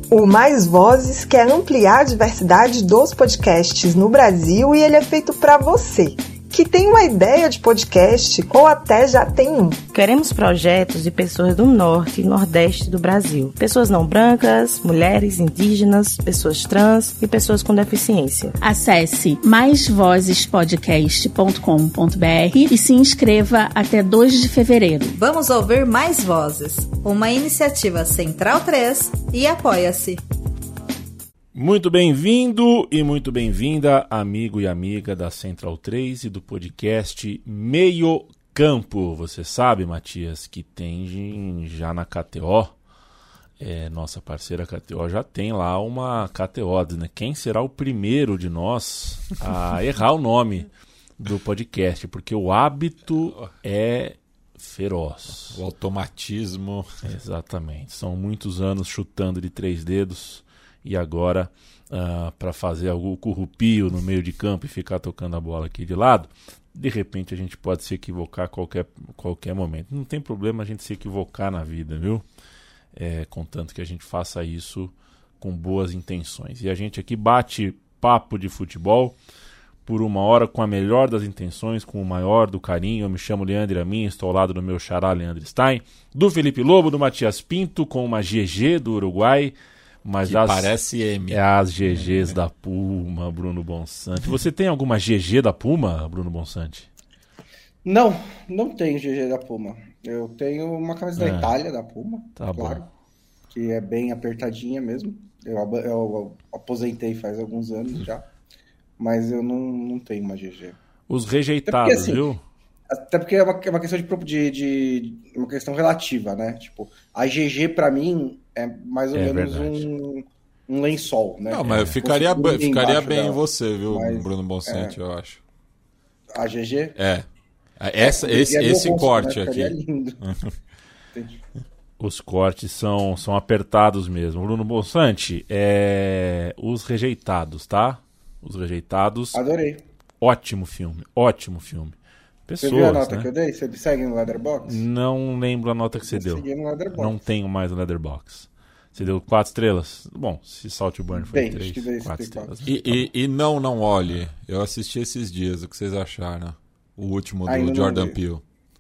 O Mais Vozes quer ampliar a diversidade dos podcasts no Brasil e ele é feito para você, que tem uma ideia de podcast ou até já tem um. Queremos projetos de pessoas do norte e nordeste do Brasil. Pessoas não brancas, mulheres, indígenas, pessoas trans e pessoas com deficiência. Acesse maisvozespodcast.com.br e se inscreva até 2 de fevereiro. Vamos ouvir Mais Vozes, uma iniciativa Central 3 e Apoia-se. Muito bem-vindo e muito bem-vinda, amigo e amiga da Central 3 e do podcast Meio Campo. Você sabe, Matias, que tem já na KTO, nossa parceira KTO já tem lá uma KTO, né? Quem será o primeiro de nós a errar o nome do podcast? Porque o hábito é feroz. O automatismo. Exatamente. São muitos anos chutando de 3 dedos. E agora, para fazer algum currupio no meio de campo e ficar tocando a bola aqui de lado, de repente a gente pode se equivocar a qualquer momento. Não tem problema a gente se equivocar na vida, viu? Contanto que a gente faça isso com boas intenções. E a gente aqui bate papo de futebol por 1 hora com a melhor das intenções, com o maior do carinho. Eu me chamo Leandro Amin, estou ao lado do meu xará Leandro Stein, do Felipe Lobo, do Matias Pinto, com uma GG do Uruguai. Mas parece M. As GGs da Puma, Bruno Bonsante. Você tem alguma GG da Puma, Bruno Bonsante? Não tenho GG da Puma. Eu tenho uma camisa da Itália da Puma, tá claro. Bom. Que é bem apertadinha mesmo. Eu aposentei faz alguns anos já. Mas eu não tenho uma GG. Os rejeitados, porque, assim, viu? Até porque é uma questão de uma questão relativa, né? Tipo, a GG pra mim é mais ou menos um lençol, né? Não, mas ficaria bem em você, viu, mas, Bruno Bonsante, eu acho. A GG? Esse corte, né? Aqui. É lindo. Os cortes são apertados mesmo. Bruno Bonsante, Os Rejeitados, tá? Os Rejeitados. Adorei. Ótimo filme. Pessoas, você viu a nota, né, que eu dei? Você me segue no Letterboxd? Não lembro a nota que você deu. Não tenho mais o Letterboxd. Você deu 4 estrelas? Bom, se Saltburn foi 3, 4 estrelas. E não olhe. Eu assisti esses dias. O que vocês acharam? O último do Jordan Peele.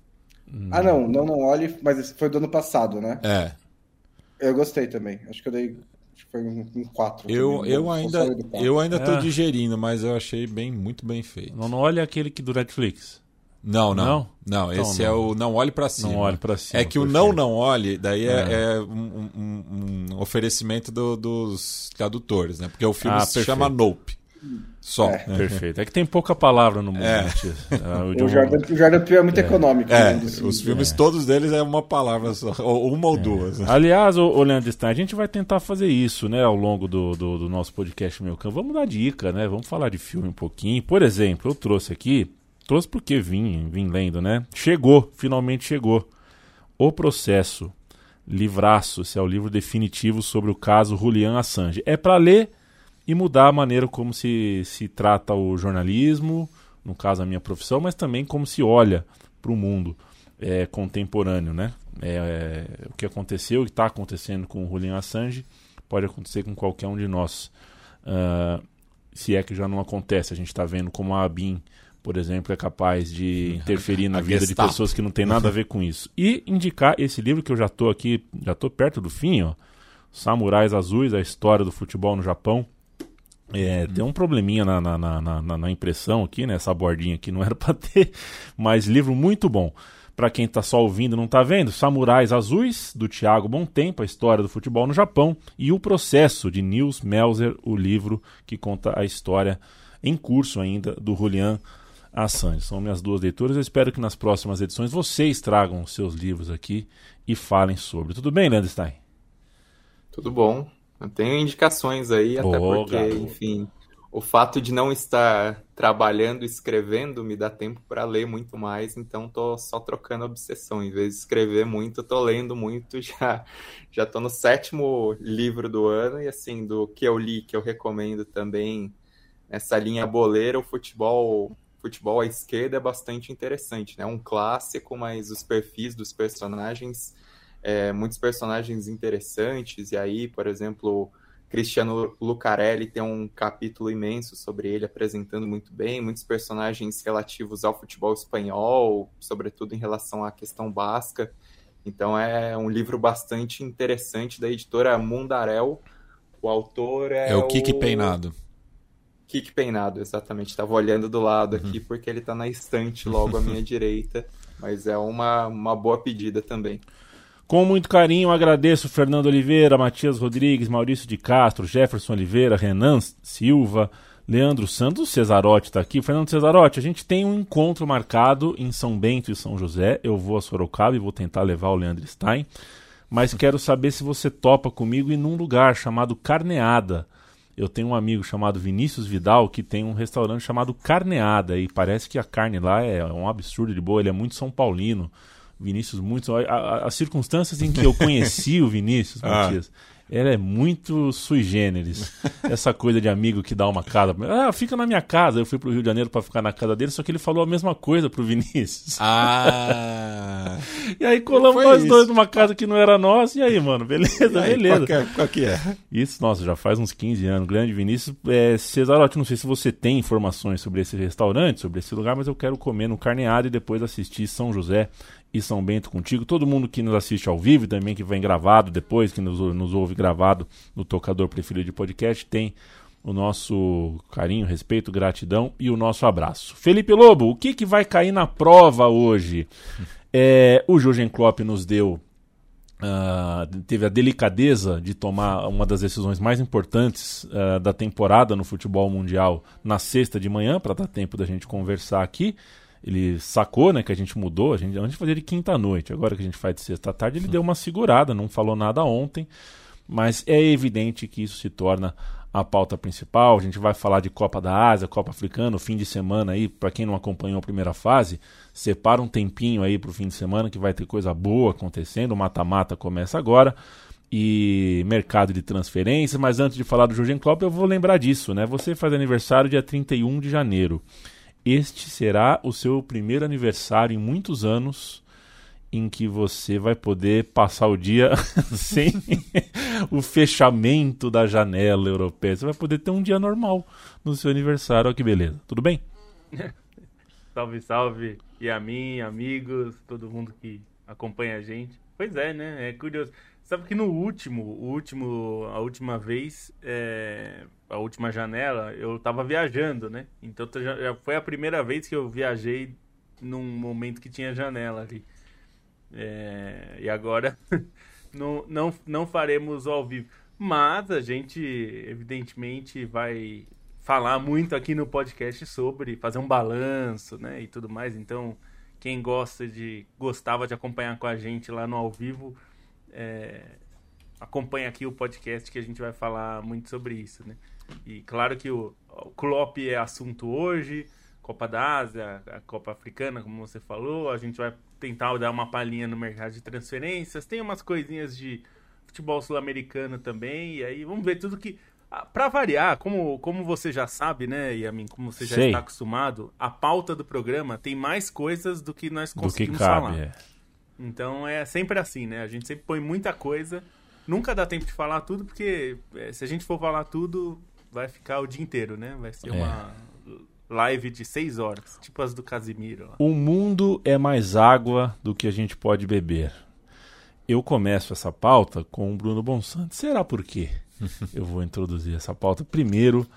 Não olhe, mas foi do ano passado, né? É. Eu gostei também. Acho que eu dei... Foi um 4. Eu ainda tô digerindo, mas eu achei muito bem feito. Não olhe aquele que do Netflix. Não. Esse é o Não Olhe Pra Cima. Não Olhe Pra Cima. É que o Não Olhe, daí é um oferecimento dos tradutores, né? Porque o filme se chama Nope. Só. Perfeito. É que tem pouca palavra no mundo. O Jordan Peele é muito econômico. Os filmes, todos deles é uma palavra só, ou uma ou duas. Aliás, o Leandro Stein, a gente vai tentar fazer isso, né, ao longo do nosso podcast Meu Campo. Vamos dar dica, né? Vamos falar de filme um pouquinho. Por exemplo, eu trouxe porque vim lendo, né? Finalmente chegou. O Processo, livraço, esse é o livro definitivo sobre o caso Julian Assange. É para ler e mudar a maneira como se trata o jornalismo, no caso a minha profissão, mas também como se olha para o mundo contemporâneo, né? O que aconteceu e está acontecendo com o Julian Assange pode acontecer com qualquer um de nós. Se é que já não acontece, a gente está vendo como a ABIN, por exemplo, é capaz de interferir na vida de pessoas que não tem nada a ver com isso. E indicar esse livro que eu já estou perto do fim, ó, Samurais Azuis, a história do futebol no Japão. Tem um probleminha na impressão aqui, né? Essa bordinha aqui não era para ter, mas livro muito bom. Para quem está só ouvindo e não está vendo, Samurais Azuis, do Thiago Bontempo, a história do futebol no Japão, e O Processo, de Nils Melzer, o livro que conta a história em curso ainda do Julian Assange. São minhas 2 leituras. Eu espero que nas próximas edições vocês tragam os seus livros aqui e falem sobre. Tudo bem, Leandro Stein? Tudo bom. Eu tenho indicações aí, até porque, enfim, o fato de não estar trabalhando, escrevendo, me dá tempo para ler muito mais, então tô só trocando obsessão. Em vez de escrever muito, tô lendo muito, já tô no 7º livro do ano, e assim, do que eu li, que eu recomendo também, nessa linha boleira, o futebol à esquerda é bastante interessante, né? Um clássico, mas os perfis dos personagens muitos personagens interessantes, e aí, por exemplo, Cristiano Lucarelli tem um capítulo imenso sobre ele, apresentando muito bem, muitos personagens relativos ao futebol espanhol, sobretudo em relação à questão basca. Então é um livro bastante interessante da editora Mundarel. O autor é o Kiki Peinado. Kiki Peinado, exatamente. Estava olhando do lado aqui porque ele está na estante logo à minha direita, mas é uma boa pedida também. Com muito carinho, agradeço Fernando Oliveira, Matias Rodrigues, Maurício de Castro, Jefferson Oliveira, Renan Silva, Leandro Santos, Cesarotti está aqui. Fernando Cesarotti, a gente tem um encontro marcado em São Bento e São José. Eu vou a Sorocaba e vou tentar levar o Leandro Stein, mas quero saber se você topa comigo ir num lugar chamado Carneada. Eu tenho um amigo chamado Vinícius Vidal que tem um restaurante chamado Carneada e parece que a carne lá é um absurdo de boa, ele é muito São Paulino. Vinícius, muito. As circunstâncias em que eu conheci o Vinícius, Matias, ela é muito sui generis. Essa coisa de amigo que dá uma casa. Fica na minha casa. Eu fui pro Rio de Janeiro para ficar na casa dele, só que ele falou a mesma coisa pro Vinícius. E aí colamos nós dois numa casa que não era nossa. E aí, mano, beleza, beleza. Qual que é? Isso, nossa, já faz uns 15 anos. Grande Vinícius. Cesarotti, não sei se você tem informações sobre esse restaurante, sobre esse lugar, mas eu quero comer no Carneado e depois assistir São José e São Bento contigo. Todo mundo que nos assiste ao vivo e também que vem gravado depois, que nos ouve gravado no tocador preferido de podcast, tem o nosso carinho, respeito, gratidão e o nosso abraço. Felipe Lobo, o que vai cair na prova hoje? O Jürgen Klopp nos deu, teve a delicadeza de tomar uma das decisões mais importantes da temporada no futebol mundial na sexta de manhã, para dar tempo da gente conversar aqui. Ele sacou, né, que a gente mudou, antes de fazer de quinta-noite, agora que a gente faz de sexta-tarde, ele deu uma segurada, não falou nada ontem, mas é evidente que isso se torna a pauta principal. A gente vai falar de Copa da Ásia, Copa Africana, o fim de semana aí, para quem não acompanhou a primeira fase, separa um tempinho aí pro fim de semana que vai ter coisa boa acontecendo, o mata-mata começa agora, e mercado de transferências, mas antes de falar do Jürgen Klopp, eu vou lembrar disso, né, você faz aniversário dia 31 de janeiro. Este será o seu primeiro aniversário em muitos anos em que você vai poder passar o dia sem o fechamento da janela europeia. Você vai poder ter um dia normal no seu aniversário. Olha que beleza. Tudo bem? Salve, salve. E a mim, amigos, todo mundo que acompanha a gente. Pois é, né? É curioso. Sabe que no a última vez, a última janela, eu tava viajando, né? Então já foi a primeira vez que eu viajei num momento que tinha janela ali. E agora não faremos ao vivo. Mas a gente, evidentemente, vai falar muito aqui no podcast sobre fazer um balanço, né? E tudo mais. Então, quem gostava de acompanhar com a gente lá no ao vivo, acompanha aqui o podcast que a gente vai falar muito sobre isso, né? E claro que o Klopp é assunto hoje, Copa da Ásia, a Copa Africana, como você falou, a gente vai tentar dar uma palhinha no mercado de transferências, tem umas coisinhas de futebol sul-americano também, e aí vamos ver tudo que... Pra variar, como você já sabe, né, Yamin, como você já está acostumado, a pauta do programa tem mais coisas do que nós conseguimos falar. Então é sempre assim, né? A gente sempre põe muita coisa. Nunca dá tempo de falar tudo, porque se a gente for falar tudo, vai ficar o dia inteiro, né? Vai ser uma live de 6 horas, tipo as do Casimiro. O mundo é mais água do que a gente pode beber. Eu começo essa pauta com o Bruno Bonsante. Será por quê? Eu vou introduzir essa pauta primeiro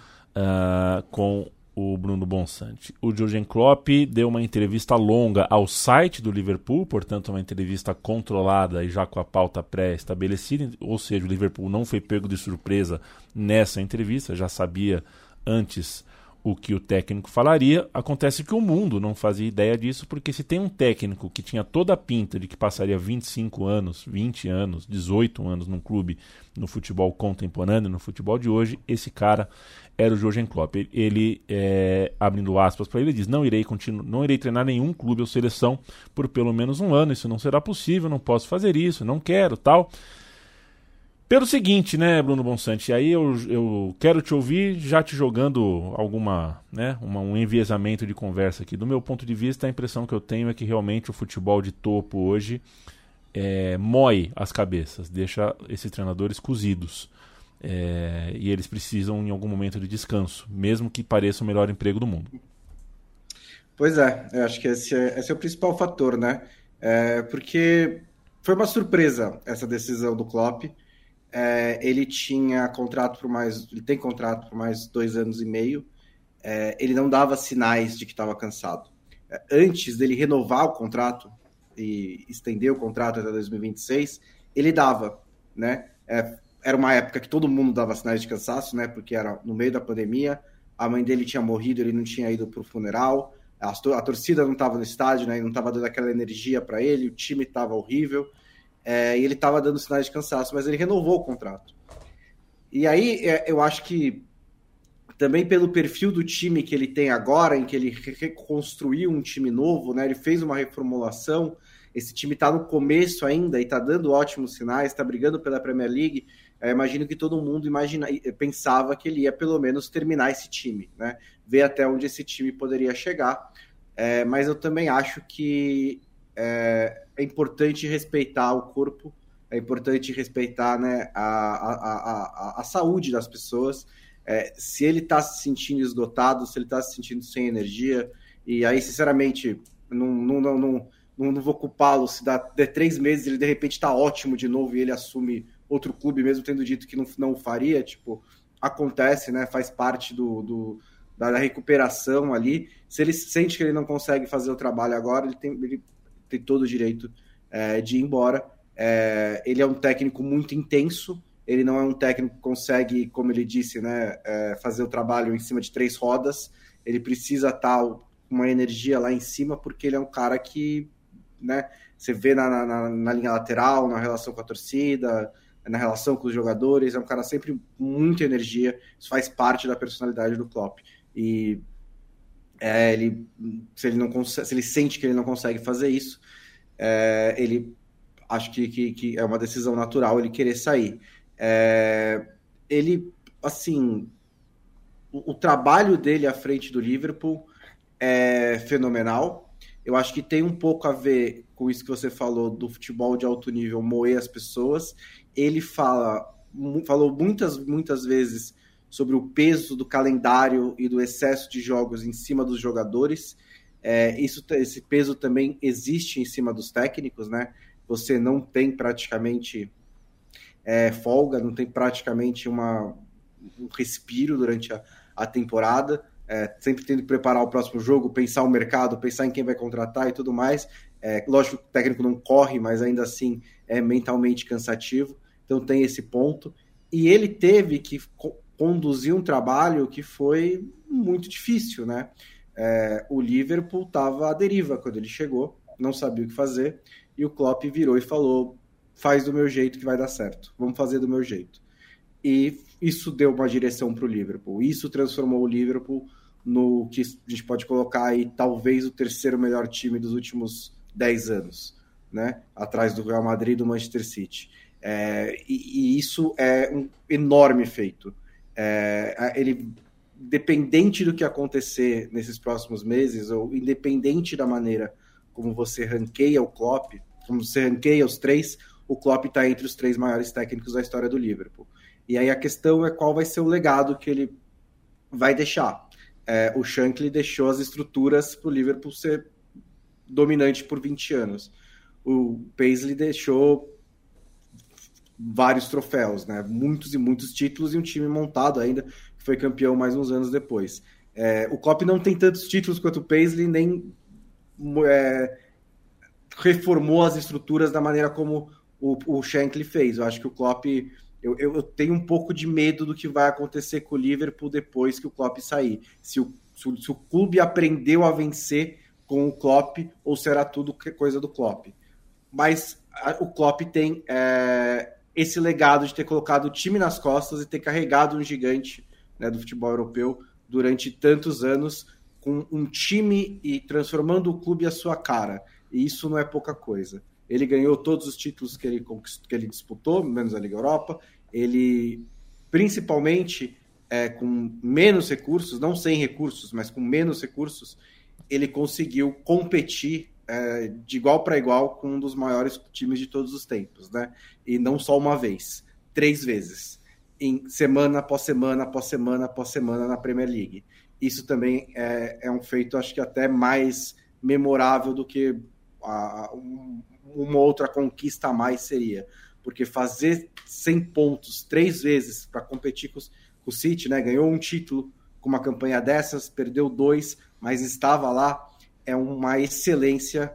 com o Bruno Bonsante. O Jürgen Klopp deu uma entrevista longa ao site do Liverpool, portanto uma entrevista controlada e já com a pauta pré-estabelecida, ou seja, o Liverpool não foi pego de surpresa nessa entrevista, já sabia antes o que o técnico falaria. Acontece que o mundo não fazia ideia disso, porque se tem um técnico que tinha toda a pinta de que passaria 25 anos, 20 anos, 18 anos num clube, no futebol contemporâneo, no futebol de hoje, esse cara era o Jürgen Klopp. Ele, abrindo aspas para ele, diz: não irei treinar nenhum clube ou seleção por pelo menos um ano, isso não será possível, não posso fazer isso, não quero, tal. Pelo seguinte, né, Bruno Bonsante, aí eu quero te ouvir já te jogando um enviesamento de conversa aqui. Do meu ponto de vista, a impressão que eu tenho é que realmente o futebol de topo hoje moe as cabeças, deixa esses treinadores cozidos. E eles precisam em algum momento de descanso, mesmo que pareça o melhor emprego do mundo. Pois é, eu acho que esse é o principal fator, né? Porque foi uma surpresa essa decisão do Klopp. Ele tinha contrato ele tem contrato por mais 2 anos e meio. Ele não dava sinais de que estava cansado. Antes dele renovar o contrato e estender o contrato até 2026, ele dava, né? Era uma época que todo mundo dava sinais de cansaço, né? Porque era no meio da pandemia, a mãe dele tinha morrido, ele não tinha ido para o funeral, a torcida não estava no estádio, né? Não estava dando aquela energia para ele, o time estava horrível, e ele estava dando sinais de cansaço, mas ele renovou o contrato. E aí eu acho que também pelo perfil do time que ele tem agora, em que ele reconstruiu um time novo, né? Ele fez uma reformulação, esse time está no começo ainda e está dando ótimos sinais, está brigando pela Premier League. Imagino que todo mundo pensava que ele ia pelo menos terminar esse time, né? Ver até onde esse time poderia chegar. Mas eu também acho que é importante respeitar o corpo, é importante respeitar, né, a saúde das pessoas. Se ele está se sentindo esgotado, se ele está se sentindo sem energia, e aí, sinceramente, não vou culpá-lo se der 3 meses ele de repente está ótimo de novo e ele assume outro clube, mesmo tendo dito que não faria. Tipo, acontece, né? Faz parte da recuperação ali. Se ele sente que ele não consegue fazer o trabalho agora, ele tem todo o direito de ir embora. Ele é um técnico muito intenso, ele não é um técnico que consegue, como ele disse, né, fazer o trabalho em cima de 3 rodas. Ele precisa estar com uma energia lá em cima, porque ele é um cara que, né, você vê na linha lateral, na relação com a torcida, na relação com os jogadores, é um cara sempre com muita energia. Isso faz parte da personalidade do Klopp. E se ele sente que ele não consegue fazer isso, ele acho que é uma decisão natural ele querer sair. Ele, assim, o trabalho dele à frente do Liverpool é fenomenal. Eu acho que tem um pouco a ver com isso que você falou do futebol de alto nível moer as pessoas. Ele falou muitas vezes sobre o peso do calendário e do excesso de jogos em cima dos jogadores. Esse peso também existe em cima dos técnicos, né? Você não tem praticamente folga, não tem praticamente um respiro durante a temporada. Sempre tendo que preparar o próximo jogo, pensar o mercado, pensar em quem vai contratar e tudo mais. Lógico que o técnico não corre, mas ainda assim é mentalmente cansativo. Então tem esse ponto. E ele teve que conduzir um trabalho que foi muito difícil, né? O Liverpool estava à deriva quando ele chegou, não sabia o que fazer, e o Klopp virou e falou: faz do meu jeito que vai dar certo, vamos fazer do meu jeito. E isso deu uma direção para o Liverpool, isso transformou o Liverpool no que a gente pode colocar aí talvez o 3º melhor time dos últimos 10 anos, né? Atrás do Real Madrid e do Manchester City. E isso é um enorme feito. Ele, independente do que acontecer nesses próximos meses, ou independente da maneira como você ranqueia o Klopp, como você ranqueia os 3, o Klopp está entre os 3 maiores técnicos da história do Liverpool. E aí a questão é qual vai ser o legado que ele vai deixar. O Shankly deixou as estruturas para o Liverpool ser dominante por 20 anos. O Paisley deixou vários troféus, né? Muitos e muitos títulos, e um time montado ainda, que foi campeão mais uns anos depois. O Klopp não tem tantos títulos quanto o Paisley, nem reformou as estruturas da maneira como o Shankly fez. Eu acho que o Klopp... Eu tenho um pouco de medo do que vai acontecer com o Liverpool depois que o Klopp sair. Se o clube aprendeu a vencer com o Klopp, ou será tudo coisa do Klopp. Mas o Klopp tem esse legado de ter colocado o time nas costas e ter carregado um gigante, né, do futebol europeu durante tantos anos, com um time e transformando o clube à sua cara. E isso não é pouca coisa. Ele ganhou todos os títulos que ele disputou, menos a Liga Europa. Ele, principalmente, com menos recursos, não sem recursos, mas com menos recursos, ele conseguiu competir de igual para igual com um dos maiores times de todos os tempos, né? E não só uma vez, 3 vezes, em semana após semana, após semana, após semana na Premier League. Isso também é um feito, acho que até mais memorável do que uma outra conquista a mais seria. Porque fazer 100 pontos 3 vezes para competir com o City, né? Ganhou um título com uma campanha dessas, perdeu 2, mas estava lá, é uma excelência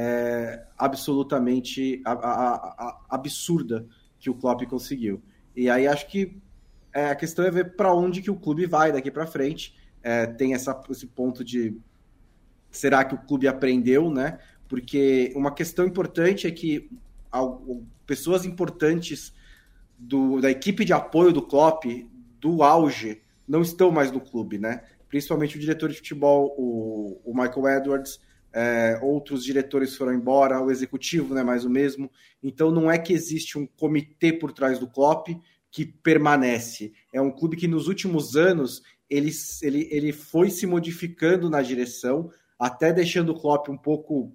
absolutamente absurda que o Klopp conseguiu. E aí acho que a questão é ver para onde que o clube vai daqui para frente. Tem esse ponto de será que o clube aprendeu, né? Porque uma questão importante é que pessoas importantes da equipe de apoio do Klopp, do auge, não estão mais no clube, né? Principalmente o diretor de futebol, o Michael Edwards, outros diretores foram embora, o executivo não é mais o mesmo. Então não é que existe um comitê por trás do Klopp que permanece. É um clube que nos últimos anos ele foi se modificando na direção, até deixando o Klopp um pouco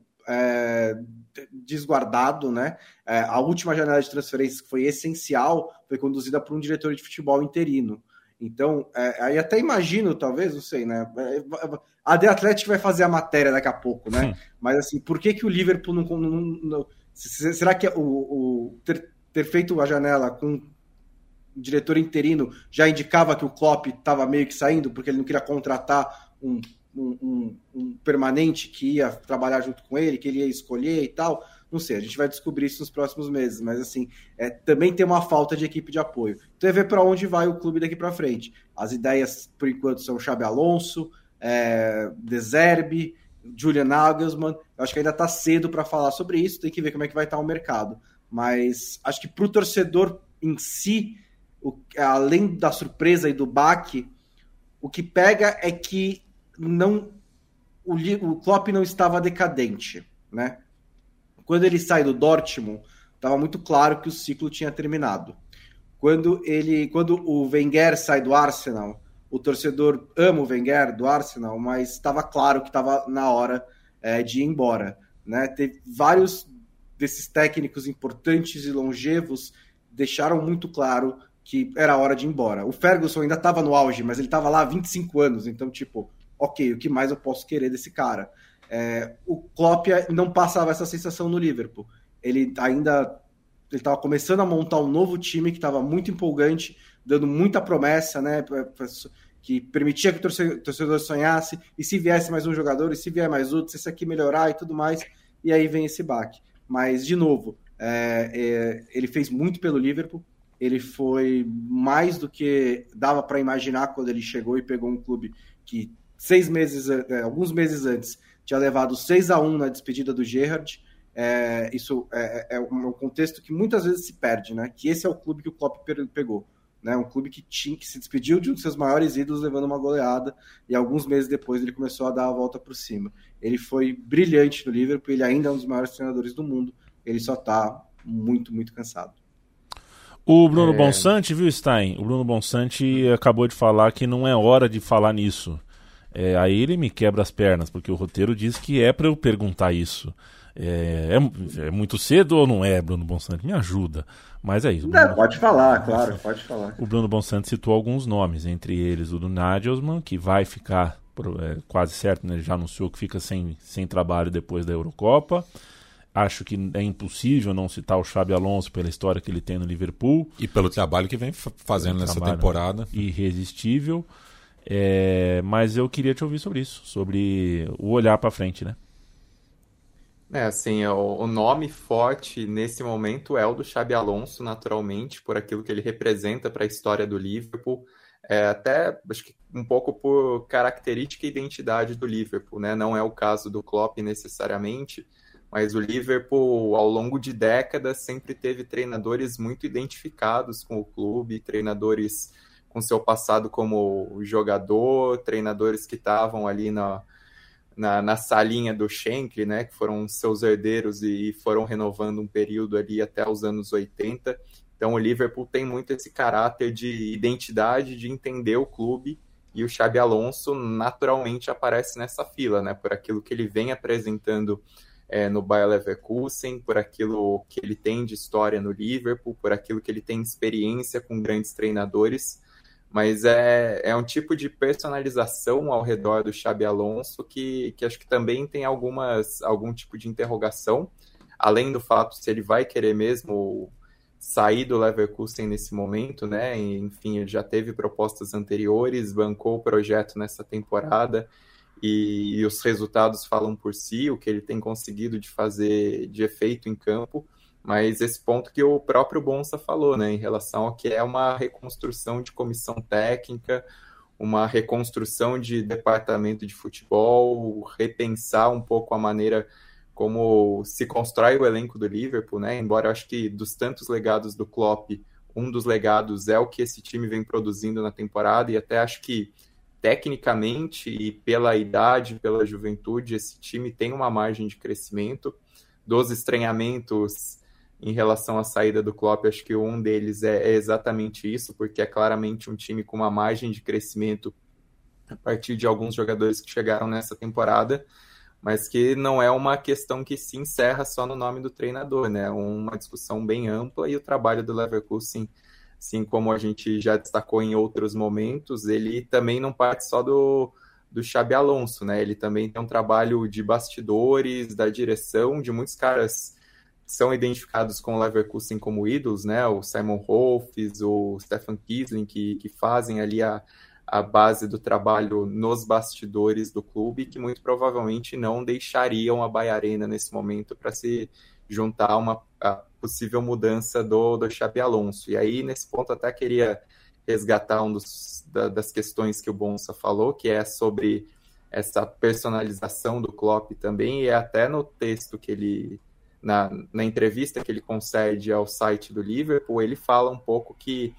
desguardado, né? A última janela de transferências que foi essencial foi conduzida por um diretor de futebol interino. Então, aí até imagino, talvez, não sei, né? A The Athletic vai fazer a matéria daqui a pouco, né? Mas assim, por que o Liverpool não será que ter feito a janela com o diretor interino já indicava que o Klopp estava meio que saindo, porque ele não queria contratar um permanente que ia trabalhar junto com ele, que ele ia escolher e tal? Não sei, a gente vai descobrir isso nos próximos meses, mas assim, também tem uma falta de equipe de apoio. Então é ver para onde vai o clube daqui para frente. As ideias, por enquanto, são Xabi Alonso, De Zerbi, Julian Nagelsmann. Eu acho que ainda está cedo para falar sobre isso, tem que ver como é que vai estar o mercado. Mas acho que para o torcedor em si, além da surpresa e do baque, o que pega é que o Klopp não estava decadente, né? Quando ele sai do Dortmund, estava muito claro que o ciclo tinha terminado. Quando o Wenger sai do Arsenal, o torcedor ama o Wenger do Arsenal, mas estava claro que estava na hora de ir embora, né? Teve vários desses técnicos importantes e longevos deixaram muito claro que era hora de ir embora. O Ferguson ainda estava no auge, mas ele estava lá há 25 anos, então, tipo, ok, o que mais eu posso querer desse cara? O Klopp não passava essa sensação no Liverpool. Ele estava começando a montar um novo time que estava muito empolgante, dando muita promessa, né, que permitia que o torcedor sonhasse, e se viesse mais um jogador, e se vier mais outro, se esse aqui melhorar e tudo mais, e aí vem esse baque. Mas, de novo, ele fez muito pelo Liverpool, ele foi mais do que dava para imaginar quando ele chegou e pegou um clube que alguns meses antes tinha levado 6-1 na despedida do Gerrard. Isso é um contexto que muitas vezes se perde, né? Que esse é o clube que o Klopp pegou, né? Um clube que se despediu de um dos seus maiores ídolos levando uma goleada, e alguns meses depois ele começou a dar a volta por cima. Ele foi brilhante no Liverpool, ele ainda é um dos maiores treinadores do mundo, ele só está muito, muito cansado. O Bruno Bonsante, viu, Stein? O Bruno Bonsante acabou de falar que não é hora de falar nisso. Aí ele me quebra as pernas, porque o roteiro diz que é para eu perguntar isso. É muito cedo ou não é, Bruno Bonsante? Me ajuda. Mas é isso. Pode falar, claro, pode falar. O Bruno Bonsante citou alguns nomes, entre eles o do Nagelsmann, que vai ficar quase certo, né? Ele já anunciou que fica sem trabalho depois da Eurocopa. Acho que é impossível não citar o Xabi Alonso pela história que ele tem no Liverpool. E pelo trabalho que vem fazendo nessa temporada. Irresistível. Mas eu queria te ouvir sobre isso, sobre o olhar para frente, né? Assim, o nome forte nesse momento é o do Xabi Alonso, naturalmente, por aquilo que ele representa para a história do Liverpool. Até, acho que um pouco por característica e identidade do Liverpool, né? Não é o caso do Klopp necessariamente, mas o Liverpool, ao longo de décadas, sempre teve treinadores muito identificados com o clube, treinadores com seu passado como jogador, treinadores que estavam ali na salinha do Shankly, né, que foram seus herdeiros e foram renovando um período ali até os anos 80. Então o Liverpool tem muito esse caráter de identidade, de entender o clube, e o Xabi Alonso naturalmente aparece nessa fila, né, por aquilo que ele vem apresentando no Bayer Leverkusen, por aquilo que ele tem de história no Liverpool, por aquilo que ele tem experiência com grandes treinadores, mas é um tipo de personalização ao redor do Xabi Alonso que acho que também tem algum tipo de interrogação, além do fato se ele vai querer mesmo sair do Leverkusen nesse momento, né? Enfim, ele já teve propostas anteriores, bancou o projeto nessa temporada, e os resultados falam por si, o que ele tem conseguido de fazer de efeito em campo, mas esse ponto que o próprio Bonsa falou, né, em relação ao que é uma reconstrução de comissão técnica, uma reconstrução de departamento de futebol, repensar um pouco a maneira como se constrói o elenco do Liverpool, né, embora eu acho que dos tantos legados do Klopp, um dos legados é o que esse time vem produzindo na temporada, e até acho que tecnicamente e pela idade, pela juventude, esse time tem uma margem de crescimento. Dos estranhamentos em relação à saída do Klopp, acho que um deles é exatamente isso, porque é claramente um time com uma margem de crescimento a partir de alguns jogadores que chegaram nessa temporada, mas que não é uma questão que se encerra só no nome do treinador, né? É uma discussão bem ampla, e o trabalho do Leverkusen, assim como a gente já destacou em outros momentos, ele também não parte só do Xabi Alonso, né? Ele também tem um trabalho de bastidores, da direção, de muitos caras que são identificados com o Leverkusen como ídolos, né? O Simon Rolfes, o Stefan Kiesling, que fazem ali a base do trabalho nos bastidores do clube, que muito provavelmente não deixariam a Bayer Arena nesse momento para se juntar a possível mudança do Xabi Alonso. E aí, nesse ponto, até queria resgatar das questões que o Bonsa falou, que é sobre essa personalização do Klopp também, e até no texto que ele, na entrevista que ele concede ao site do Liverpool, ele fala um pouco que,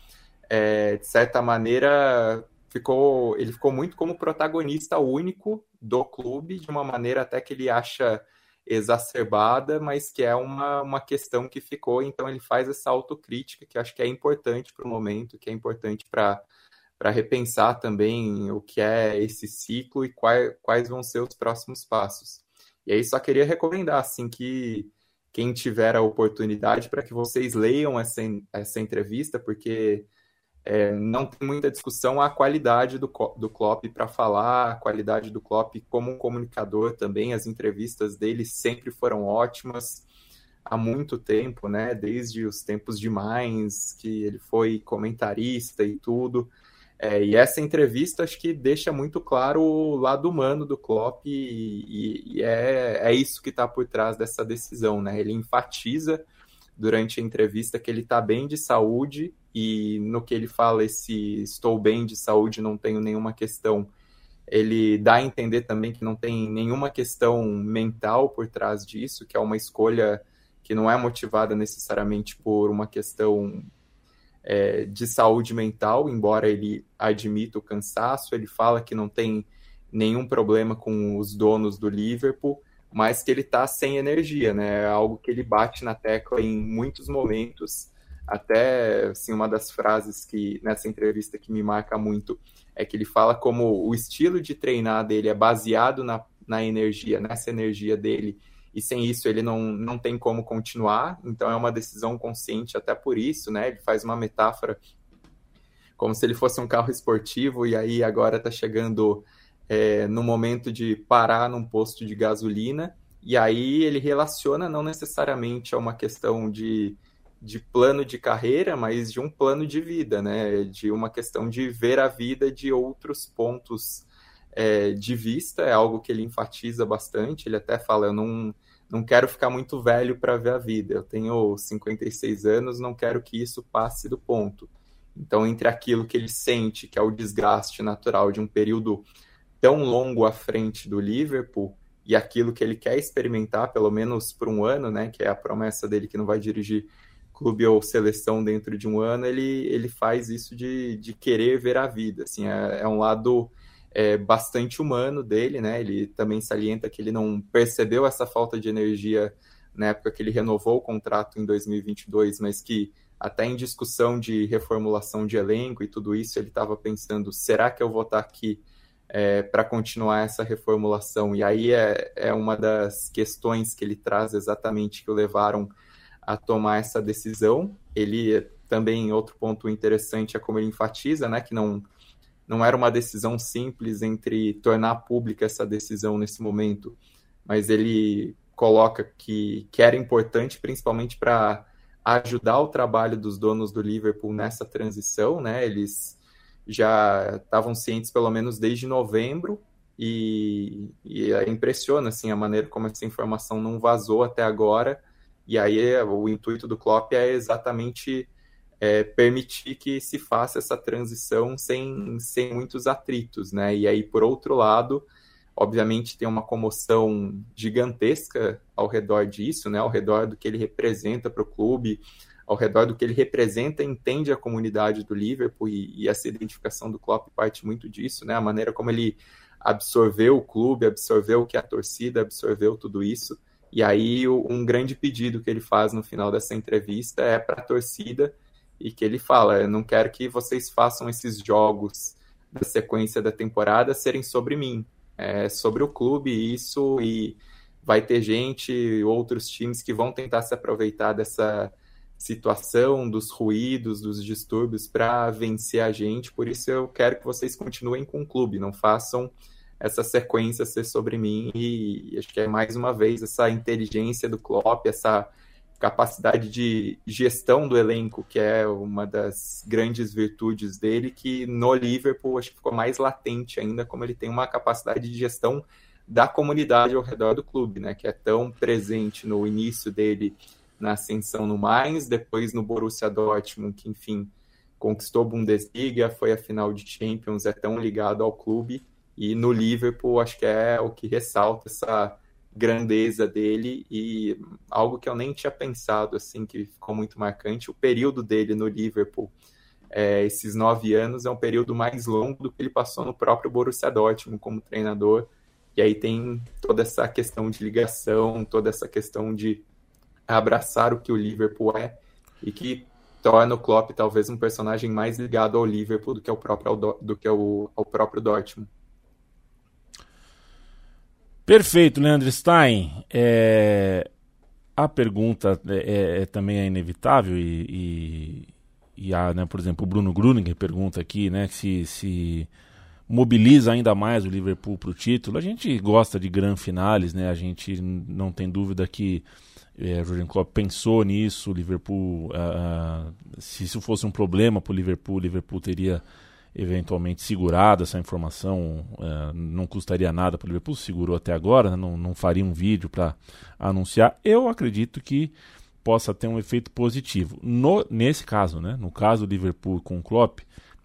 de certa maneira, ele ficou muito como protagonista único do clube, de uma maneira até que ele acha exacerbada, mas que é uma questão que ficou. Então ele faz essa autocrítica, que eu acho que é importante para o momento, que é importante para repensar também o que é esse ciclo e quais vão ser os próximos passos. E aí só queria recomendar, assim, que quem tiver a oportunidade, para que vocês leiam essa entrevista, porque não tem muita discussão a qualidade do Klopp para falar, a qualidade do Klopp como um comunicador também. As entrevistas dele sempre foram ótimas, há muito tempo, né? Desde os tempos de Mainz, que ele foi comentarista e tudo. E essa entrevista acho que deixa muito claro o lado humano do Klopp, e é isso que está por trás dessa decisão, né? Ele enfatiza durante a entrevista que ele está bem de saúde, e no que ele fala, estou bem de saúde, não tenho nenhuma questão, ele dá a entender também que não tem nenhuma questão mental por trás disso, que é uma escolha que não é motivada necessariamente por uma questão de saúde mental, embora ele admita o cansaço. Ele fala que não tem nenhum problema com os donos do Liverpool, mas que ele está sem energia, né? É algo que ele bate na tecla em muitos momentos. Até, assim, uma das frases que nessa entrevista que me marca muito é que ele fala como o estilo de treinar dele é baseado na energia, nessa energia dele, e sem isso ele não tem como continuar. Então é uma decisão consciente até por isso, né? Ele faz uma metáfora como se ele fosse um carro esportivo, e aí agora está chegando no momento de parar num posto de gasolina, e aí ele relaciona não necessariamente a uma questão de plano de carreira, mas de um plano de vida, né? De uma questão de ver a vida de outros pontos de vista. É algo que ele enfatiza bastante. Ele até fala, eu não quero ficar muito velho para ver a vida, eu tenho 56 anos, não quero que isso passe do ponto. Então, entre aquilo que ele sente, que é o desgaste natural de um período tão longo à frente do Liverpool, e aquilo que ele quer experimentar, pelo menos por um ano, né, que é a promessa dele que não vai dirigir clube ou seleção dentro de um ano, ele faz isso de querer ver a vida. Assim, é um lado bastante humano dele, né? Ele também salienta que ele não percebeu essa falta de energia na época que ele renovou o contrato em 2022, mas que até em discussão de reformulação de elenco e tudo isso, ele estava pensando, será que eu vou estar aqui para continuar essa reformulação. E aí é uma das questões que ele traz exatamente que o levaram a tomar essa decisão. Ele também, outro ponto interessante é como ele enfatiza, né, que não era uma decisão simples entre tornar pública essa decisão nesse momento, mas ele coloca que era importante principalmente para ajudar o trabalho dos donos do Liverpool nessa transição, né? Eles já estavam cientes pelo menos desde novembro e impressiona assim, a maneira como essa informação não vazou até agora. E aí o intuito do Klopp é exatamente permitir que se faça essa transição sem muitos atritos, né? E aí, por outro lado, obviamente tem uma comoção gigantesca ao redor disso, né? Ao redor do que ele representa para o clube, ao redor do que ele representa e entende a comunidade do Liverpool, e essa identificação do Klopp parte muito disso, né? A maneira como ele absorveu o clube, absorveu o que a torcida, absorveu tudo isso. E aí um grande pedido que ele faz no final dessa entrevista é para a torcida, e que ele fala: eu não quero que vocês façam esses jogos da sequência da temporada serem sobre mim, é sobre o clube isso, e vai ter gente, outros times que vão tentar se aproveitar dessa situação, dos ruídos, dos distúrbios para vencer a gente, por isso eu quero que vocês continuem com o clube, não façam essa sequência ser sobre mim. E acho que é mais uma vez essa inteligência do Klopp, essa capacidade de gestão do elenco, que é uma das grandes virtudes dele, que no Liverpool acho que ficou mais latente ainda, como ele tem uma capacidade de gestão da comunidade ao redor do clube, né, que é tão presente no início dele na ascensão no Mainz, depois no Borussia Dortmund, que enfim conquistou a Bundesliga, foi a final de Champions, é tão ligado ao clube. E no Liverpool acho que é o que ressalta essa grandeza dele, e algo que eu nem tinha pensado, assim, que ficou muito marcante, o período dele no Liverpool, esses 9 anos, é um período mais longo do que ele passou no próprio Borussia Dortmund como treinador, e aí tem toda essa questão de ligação, toda essa questão de abraçar o que o Liverpool é, e que torna o Klopp talvez um personagem mais ligado ao Liverpool do que ao próprio Dortmund. Perfeito, Leandro Stein. A pergunta também é inevitável e há, né, por exemplo, o Bruno Gruninger pergunta aqui, né, se mobiliza ainda mais o Liverpool para o título. A gente gosta de grandes finales, né? A gente não tem dúvida que o Jürgen Klopp pensou nisso. O Liverpool, se isso fosse um problema para o Liverpool teria eventualmente segurado essa informação, não custaria nada para o Liverpool, segurou até agora, né? Não faria um vídeo para anunciar. Eu acredito que possa ter um efeito positivo. Nesse caso, né? No caso do Liverpool com o Klopp,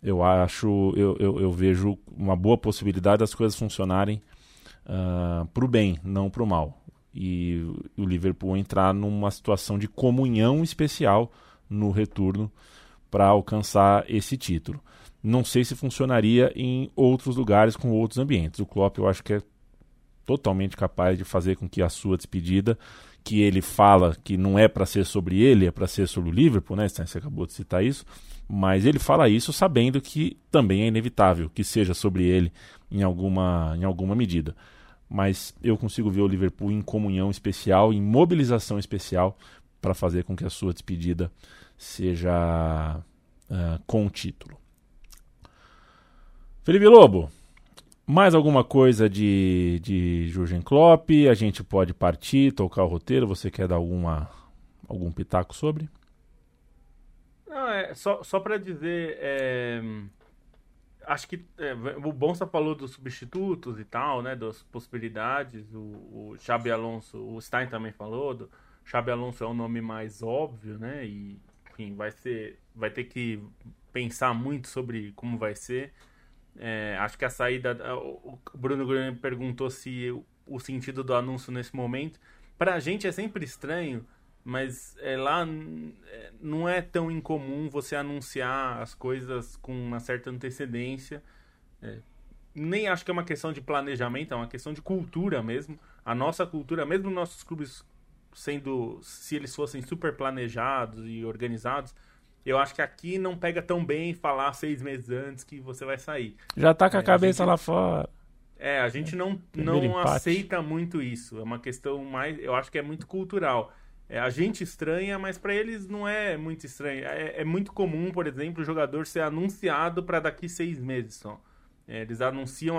eu vejo uma boa possibilidade das coisas funcionarem para o bem, não para o mal. E o Liverpool entrar numa situação de comunhão especial no retorno para alcançar esse título. Não sei se funcionaria em outros lugares com outros ambientes. O Klopp, eu acho que é totalmente capaz de fazer com que a sua despedida, que ele fala que não é para ser sobre ele, é para ser sobre o Liverpool, né? Você acabou de citar isso, mas ele fala isso sabendo que também é inevitável que seja sobre ele em alguma medida. Mas eu consigo ver o Liverpool em comunhão especial, em mobilização especial, para fazer com que a sua despedida seja com o título. Felipe Lobo, mais alguma coisa de Jürgen Klopp? A gente pode partir, tocar o roteiro. Você quer dar algum pitaco sobre? Não, só para dizer, acho que o Bonsa falou dos substitutos e tal, né, das possibilidades. O Xabi Alonso, o Stein também falou, o Xabi Alonso é o nome mais óbvio, né, e enfim, vai ter que pensar muito sobre como vai ser. Acho que a saída, o Bruno Grande perguntou se o sentido do anúncio nesse momento, pra gente é sempre estranho, mas lá não é tão incomum você anunciar as coisas com uma certa antecedência. Nem acho que é uma questão de planejamento, é uma questão de cultura mesmo. A nossa cultura, mesmo nossos clubes se eles fossem super planejados e organizados, Eu acho que aqui não pega tão bem falar 6 meses antes que você vai sair. Já tá com a cabeça lá fora. A gente não aceita muito isso. É uma questão mais... Eu acho que é muito cultural. A gente estranha, mas para eles não é muito estranho. É muito comum, por exemplo, o jogador ser anunciado para daqui 6 meses só. Eles anunciam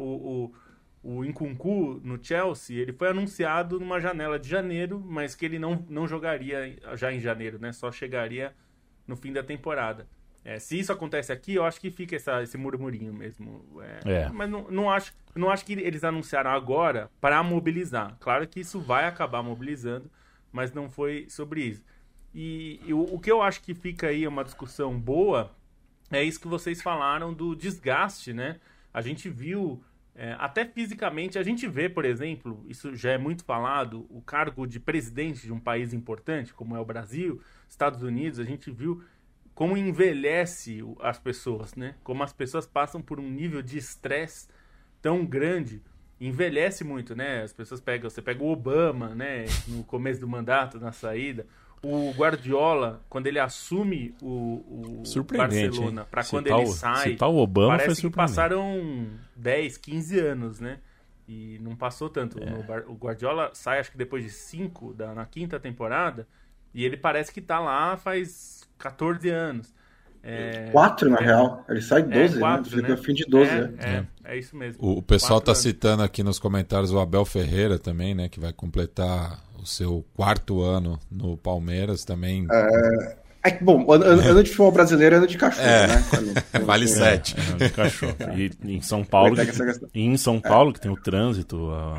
o Nkunku no Chelsea, ele foi anunciado numa janela de janeiro, mas que ele não jogaria já em janeiro, né? Só chegaria no fim da temporada. Se isso acontece aqui, eu acho que fica esse murmurinho mesmo. Mas não acho que eles anunciaram agora para mobilizar. Claro que isso vai acabar mobilizando, mas não foi sobre isso. E o que eu acho que fica aí uma discussão boa é isso que vocês falaram do desgaste, né? A gente viu... até fisicamente, a gente vê, por exemplo, isso já é muito falado, o cargo de presidente de um país importante, como é o Brasil, Estados Unidos, a gente viu como envelhece as pessoas, né? Como as pessoas passam por um nível de estresse tão grande, envelhece muito, né? As pessoas você pega o Obama, né? No começo do mandato, na saída, o Guardiola, quando ele assume o Barcelona, para quando ele sai, o Obama, parece que passaram 10, 15 anos, né? E não passou tanto. O Guardiola sai, acho que depois de 5, na 5ª temporada, e ele parece que tá lá faz 14 anos. 4, na real. Ele sai 12, 4, né? Fica fim de 12. É isso mesmo. O pessoal tá citando aqui nos comentários o Abel Ferreira também, né? Que vai completar o seu 4º ano no Palmeiras também. Bom, ano de futebol brasileiro é ano de cachorro, né? Vale 7. Ano de cachorro. E em São Paulo, que tem o trânsito,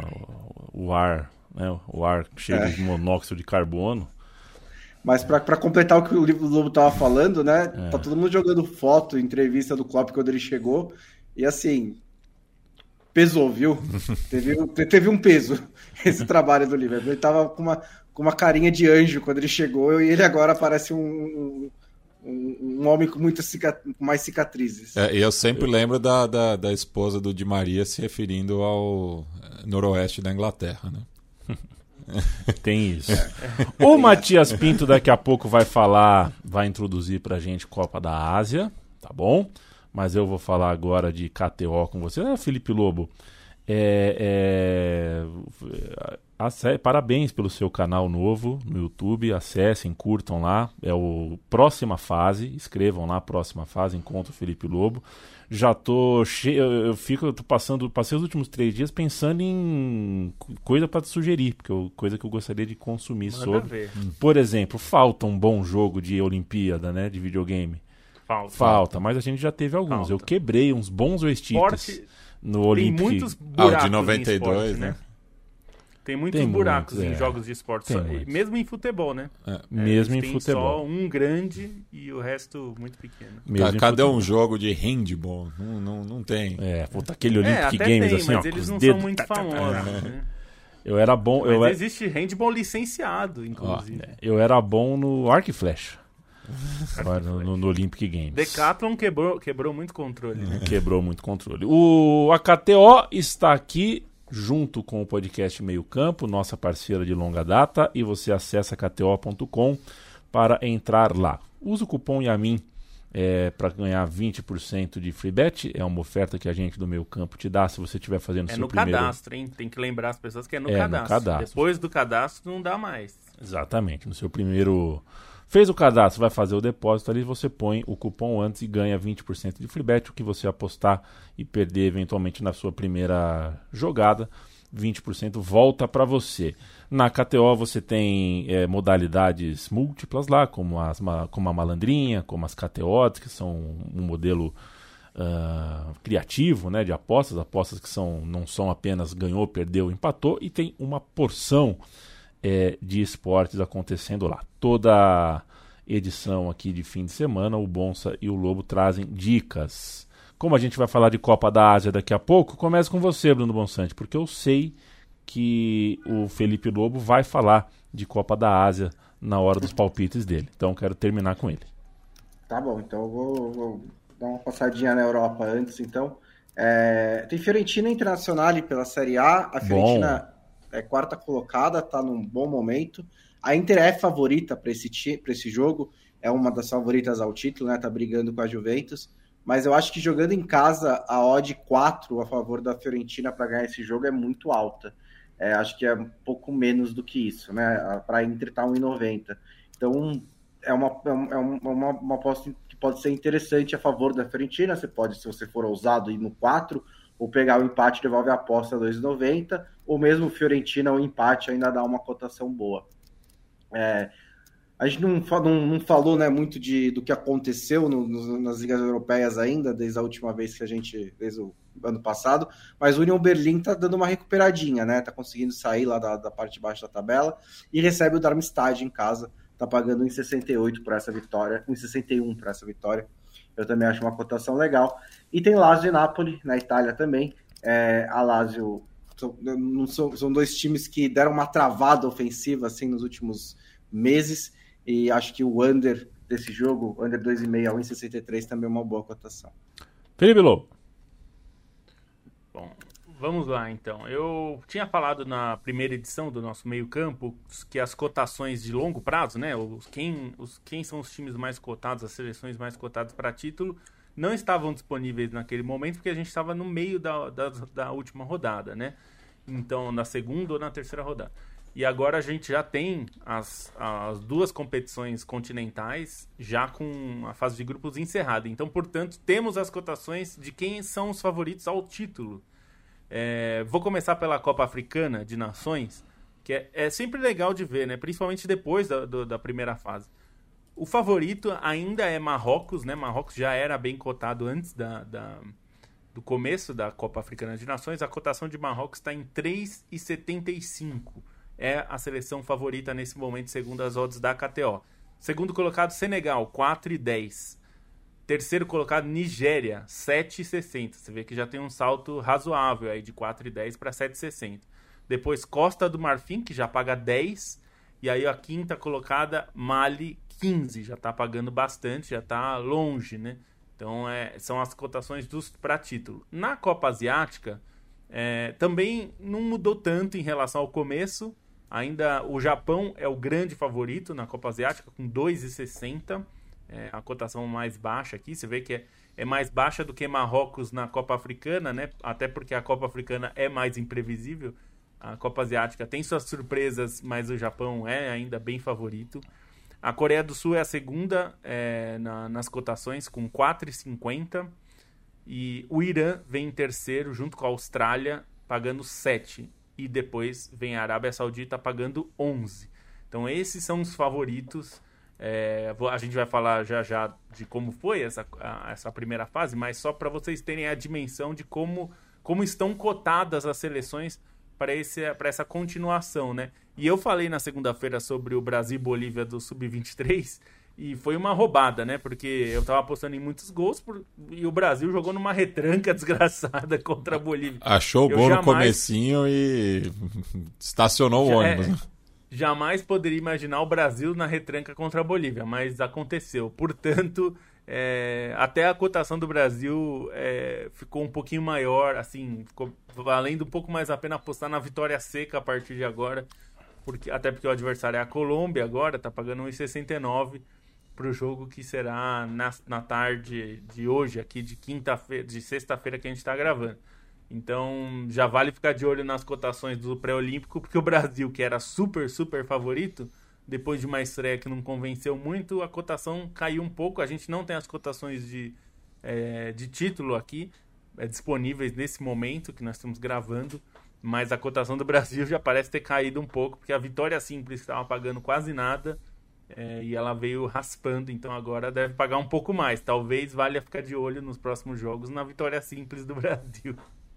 o ar, né? O ar cheio de monóxido de carbono. Mas para completar o que o Lobo tava falando, né? Tá todo mundo jogando foto, entrevista do Klopp quando ele chegou. E assim, pesou, viu? teve um peso esse trabalho do Liverpool. Ele tava com uma carinha de anjo quando ele chegou e ele agora parece um homem com mais cicatrizes. E eu sempre lembro da esposa do Di Maria se referindo ao noroeste da Inglaterra, né? Tem isso. O Matias Pinto daqui a pouco vai introduzir pra gente Copa da Ásia, tá bom? Mas eu vou falar agora de KTO com você. Felipe Lobo, parabéns pelo seu canal novo no YouTube, acessem, curtam lá, é o Próxima Fase, escrevam lá Próxima Fase, encontro Felipe Lobo. Já tô cheio, passei os últimos 3 dias pensando em coisa para te sugerir, porque coisa que eu gostaria de consumir sobre. Por exemplo, falta um bom jogo de Olimpíada, né, de videogame. Falta, mas a gente já teve alguns. Eu quebrei uns bons joysticks no Olympic. Tem muitos buracos de 92, esporte, né? Tem muitos buracos em jogos de esporte, mesmo em futebol, né? Mesmo em futebol. Só um grande e o resto muito pequeno. Cadê um jogo de handball? Não tem. Aquele Olympic Games tem, assim, mas eles não são muito famosos, né? Eu era bom. Mas existe handball licenciado, inclusive. Eu era bom no Arco e Flecha. No Olympic Games. Decathlon quebrou muito controle, né? Quebrou muito controle. A KTO está aqui junto com o podcast Meio Campo, nossa parceira de longa data, e você acessa kto.com para entrar lá. Usa o cupom YAMIN para ganhar 20% de free bet. É uma oferta que a gente do Meio Campo te dá se você estiver fazendo seu primeiro... cadastro, hein? Tem que lembrar as pessoas que é no cadastro. Depois do cadastro não dá mais. Exatamente. No seu primeiro... Fez o cadastro, vai fazer o depósito ali, você põe o cupom antes e ganha 20% de free bet. O que você apostar e perder eventualmente na sua primeira jogada, 20% volta para você. Na KTO você tem modalidades múltiplas lá, como a malandrinha, como as KTOs, que são um modelo criativo, né, de apostas que não são apenas ganhou, perdeu, empatou, e tem uma porção de esportes acontecendo lá. Toda edição aqui de fim de semana, o Bonsa e o Lobo trazem dicas. Como a gente vai falar de Copa da Ásia daqui a pouco, começa com você, Bruno Bonsante, porque eu sei que o Felipe Lobo vai falar de Copa da Ásia na hora dos palpites dele. Então quero terminar com ele. Tá bom, então eu vou dar uma passadinha na Europa antes, então. Tem Fiorentina Internazionale pela Série A. A Fiorentina é 4ª colocada, tá num bom momento. A Inter é favorita para esse jogo. é uma das favoritas ao título, né? Tá brigando com a Juventus. Mas eu acho que jogando em casa, a odd 4 a favor da Fiorentina para ganhar esse jogo é muito alta. Acho que é um pouco menos do que isso, né? Para a Inter tá 1,90. Então, é uma aposta que pode ser interessante a favor da Fiorentina. Você pode, se você for ousado, ir no 4, ou pegar o empate e devolve a aposta a 2,90, ou mesmo Fiorentina, o empate ainda dá uma cotação boa. A gente não falou, né, muito do que aconteceu nas ligas europeias ainda, desde a última vez desde o ano passado, mas o Union Berlin tá dando uma recuperadinha, né? Tá conseguindo sair lá da parte de baixo da tabela e recebe o Darmstadt em casa, tá pagando 1,68 por essa vitória, 1,61 por essa vitória. Eu também acho uma cotação legal. E tem Lazio e Napoli na Itália também. A Lazio são dois times que deram uma travada ofensiva assim nos últimos meses. E acho que o under desse jogo, under 2,5 a 1,63, também é uma boa cotação. Felipe Lobo. Bom, vamos lá então. Eu tinha falado na primeira edição do nosso meio campo que as cotações de longo prazo, né? Quem são os times mais cotados, as seleções mais cotadas para título, não estavam disponíveis naquele momento porque a gente estava no meio da última rodada, né? Então, na segunda ou na terceira rodada. E agora a gente já tem as duas competições continentais já com a fase de grupos encerrada. Então, portanto, temos as cotações de quem são os favoritos ao título. Vou começar pela Copa Africana de Nações, que é sempre legal de ver, né? Principalmente depois da primeira fase. O favorito ainda é Marrocos, né? Marrocos já era bem cotado antes do começo da Copa Africana de Nações. A cotação de Marrocos está em 3,75. É a seleção favorita nesse momento, segundo as odds da KTO. Segundo colocado, Senegal, 4,10. Terceiro colocado, Nigéria, 7,60. Você vê que já tem um salto razoável aí de 4,10 para 7,60. Depois, Costa do Marfim, que já paga 10. E aí a quinta colocada, Mali, 15. Já está pagando bastante, já está longe, né? Então, são as cotações para título. Na Copa Asiática, também não mudou tanto em relação ao começo. Ainda o Japão é o grande favorito na Copa Asiática, com 2,60. A cotação mais baixa aqui. Você vê que é mais baixa do que Marrocos na Copa Africana, né? Até porque a Copa Africana é mais imprevisível. A Copa Asiática tem suas surpresas, mas o Japão é ainda bem favorito. A Coreia do Sul é a segunda nas cotações, com 4,50. E o Irã vem em terceiro, junto com a Austrália, pagando 7. E depois vem a Arábia Saudita pagando 11. Então esses são os favoritos. A gente vai falar já de como foi essa primeira fase, mas só para vocês terem a dimensão de como estão cotadas as seleções para essa continuação, né? E eu falei na segunda-feira sobre o Brasil e Bolívia do Sub-23 e foi uma roubada, né? Porque eu tava apostando em muitos gols e o Brasil jogou numa retranca desgraçada contra a Bolívia. Achou o gol no comecinho e estacionou o ônibus. Jamais poderia imaginar o Brasil na retranca contra a Bolívia, mas aconteceu. Portanto, até a cotação do Brasil ficou um pouquinho maior, assim, ficou valendo um pouco mais a pena apostar na vitória seca a partir de agora, até porque o adversário é a Colômbia agora, tá pagando 1,69 para o jogo que será na tarde de hoje, aqui de sexta-feira que a gente está gravando. Então, já vale ficar de olho nas cotações do pré-olímpico, porque o Brasil, que era super, super favorito, depois de uma estreia que não convenceu muito, a cotação caiu um pouco. A gente não tem as cotações de título aqui disponíveis nesse momento que nós estamos gravando, mas a cotação do Brasil já parece ter caído um pouco, porque a Vitória Simples estava pagando quase nada e ela veio raspando, então agora deve pagar um pouco mais. Talvez valha ficar de olho nos próximos jogos na Vitória Simples do Brasil.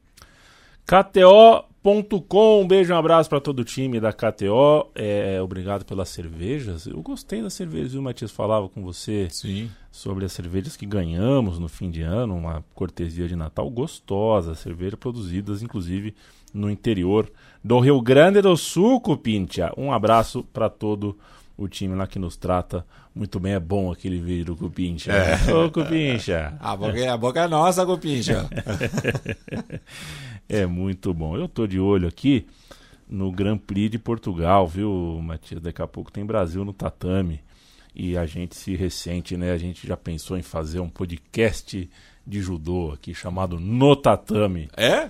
KTO.com, um beijo, um abraço para todo o time da KTO. Obrigado pelas cervejas. Eu gostei das cervejas, viu, Matias? Falava com você sobre as cervejas que ganhamos no fim de ano, uma cortesia de Natal gostosa, cerveja produzidas inclusive no interior do Rio Grande do Sul, Cupincha. Um abraço para todo o time lá que nos trata muito bem. É bom aquele vídeo do Cupincha. Ô, Cupincha. A boca é nossa, Cupincha. É muito bom. Eu tô de olho aqui no Grand Prix de Portugal, viu, Matias? Daqui a pouco tem Brasil no tatame. e a gente se ressente, né? A gente já pensou em fazer um podcast de judô aqui chamado No Tatame.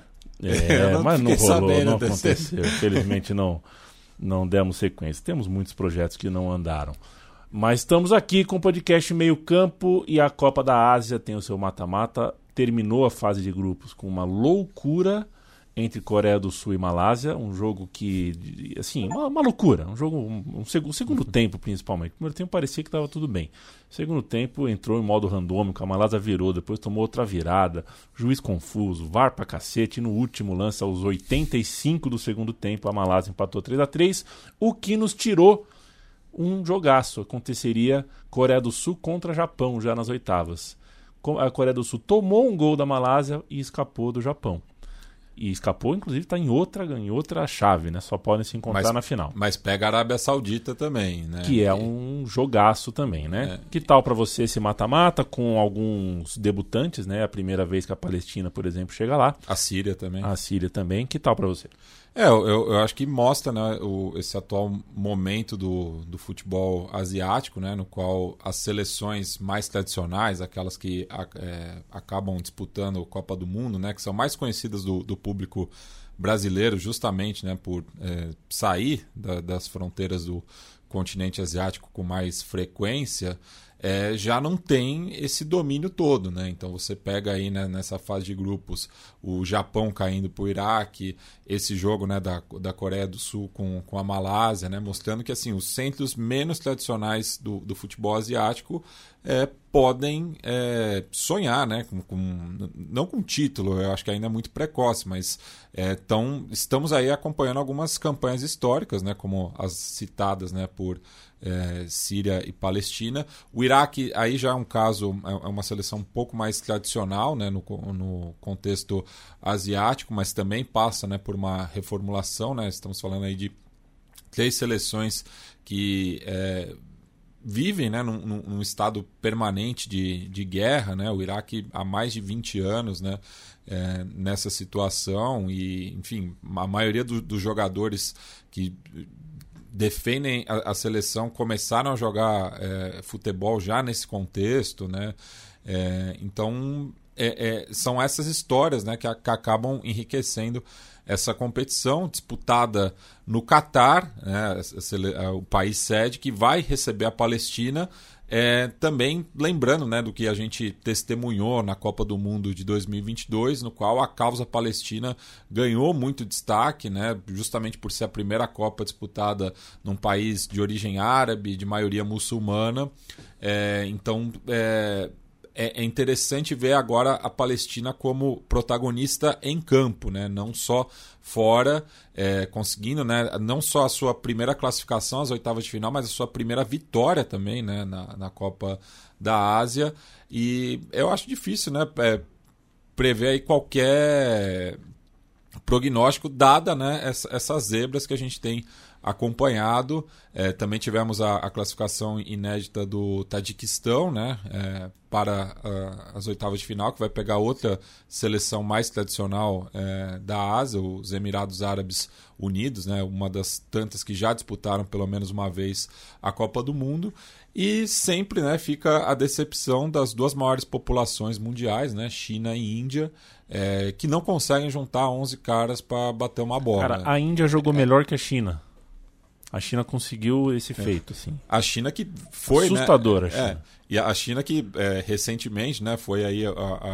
Mas não rolou, não aconteceu. Infelizmente não demos sequência. Temos muitos projetos que não andaram. Mas estamos aqui com o podcast Meio Campo, e a Copa da Ásia tem o seu mata-mata. Terminou a fase de grupos com uma loucura entre Coreia do Sul e Malásia, um jogo que, assim, uma loucura, um jogo, segundo tempo principalmente. No primeiro tempo parecia que estava tudo bem. Segundo tempo entrou em modo randômico, a Malásia virou, depois tomou outra virada, juiz confuso, VAR pra cacete, e no último lance, aos 85 do segundo tempo, a Malásia empatou 3-3, o que nos tirou um jogaço. Aconteceria Coreia do Sul contra Japão já nas oitavas. A Coreia do Sul tomou um gol da Malásia e escapou do Japão. E escapou, inclusive, está em outra chave, né? Só podem se encontrar na final. Mas pega a Arábia Saudita também, né? Que é um jogaço também, né? Que tal para você esse mata-mata com alguns debutantes, né? A primeira vez que a Palestina, por exemplo, chega lá. A Síria também. Que tal para você? Eu acho que mostra, né, esse atual momento do futebol asiático, né, no qual as seleções mais tradicionais, aquelas que acabam disputando a Copa do Mundo, né, que são mais conhecidas do público brasileiro, justamente, né, por sair das fronteiras do continente asiático com mais frequência, já não tem esse domínio todo, né? Então você pega aí, né, nessa fase de grupos o Japão caindo para o Iraque, esse jogo, né, da Coreia do Sul com a Malásia, né, mostrando que assim, os centros menos tradicionais do futebol asiático podem sonhar, né, não com título, eu acho que ainda é muito precoce, mas estamos aí acompanhando algumas campanhas históricas, né, como as citadas, né, por Síria e Palestina. O Iraque aí já é um caso, é uma seleção um pouco mais tradicional, né, no contexto asiático, mas também passa, né, por uma reformulação, né, estamos falando aí de 3 seleções que vivem, né, num estado permanente de guerra, né, o Iraque há mais de 20 anos, né, nessa situação, e enfim, a maioria dos jogadores que defendem a seleção começaram a jogar futebol já nesse contexto, né? Então são essas histórias, né, que acabam enriquecendo essa competição disputada no Catar, né, o país sede que vai receber a Palestina. Também lembrando, né, do que a gente testemunhou na Copa do Mundo de 2022, no qual a causa palestina ganhou muito destaque, né, justamente por ser a primeira Copa disputada num país de origem árabe, de maioria muçulmana. Então é interessante ver agora a Palestina como protagonista em campo, né? Não só fora, conseguindo, né, não só a sua primeira classificação às oitavas de final, mas a sua primeira vitória também, né, na Copa da Ásia. E eu acho difícil, né, prever aí qualquer prognóstico, dada, né, essas zebras que a gente tem acompanhado. Também tivemos a classificação inédita do Tajiquistão, né, para as oitavas de final, que vai pegar outra seleção mais tradicional da Ásia, os Emirados Árabes Unidos, né, uma das tantas que já disputaram pelo menos uma vez a Copa do Mundo. E sempre, né, fica a decepção das duas maiores populações mundiais, né, China e Índia, que não conseguem juntar 11 caras para bater uma bola. Cara, a Índia jogou melhor que a China. A China conseguiu esse feito, assim. A China que foi, assustadora, né? A China. E a China que recentemente, né, foi aí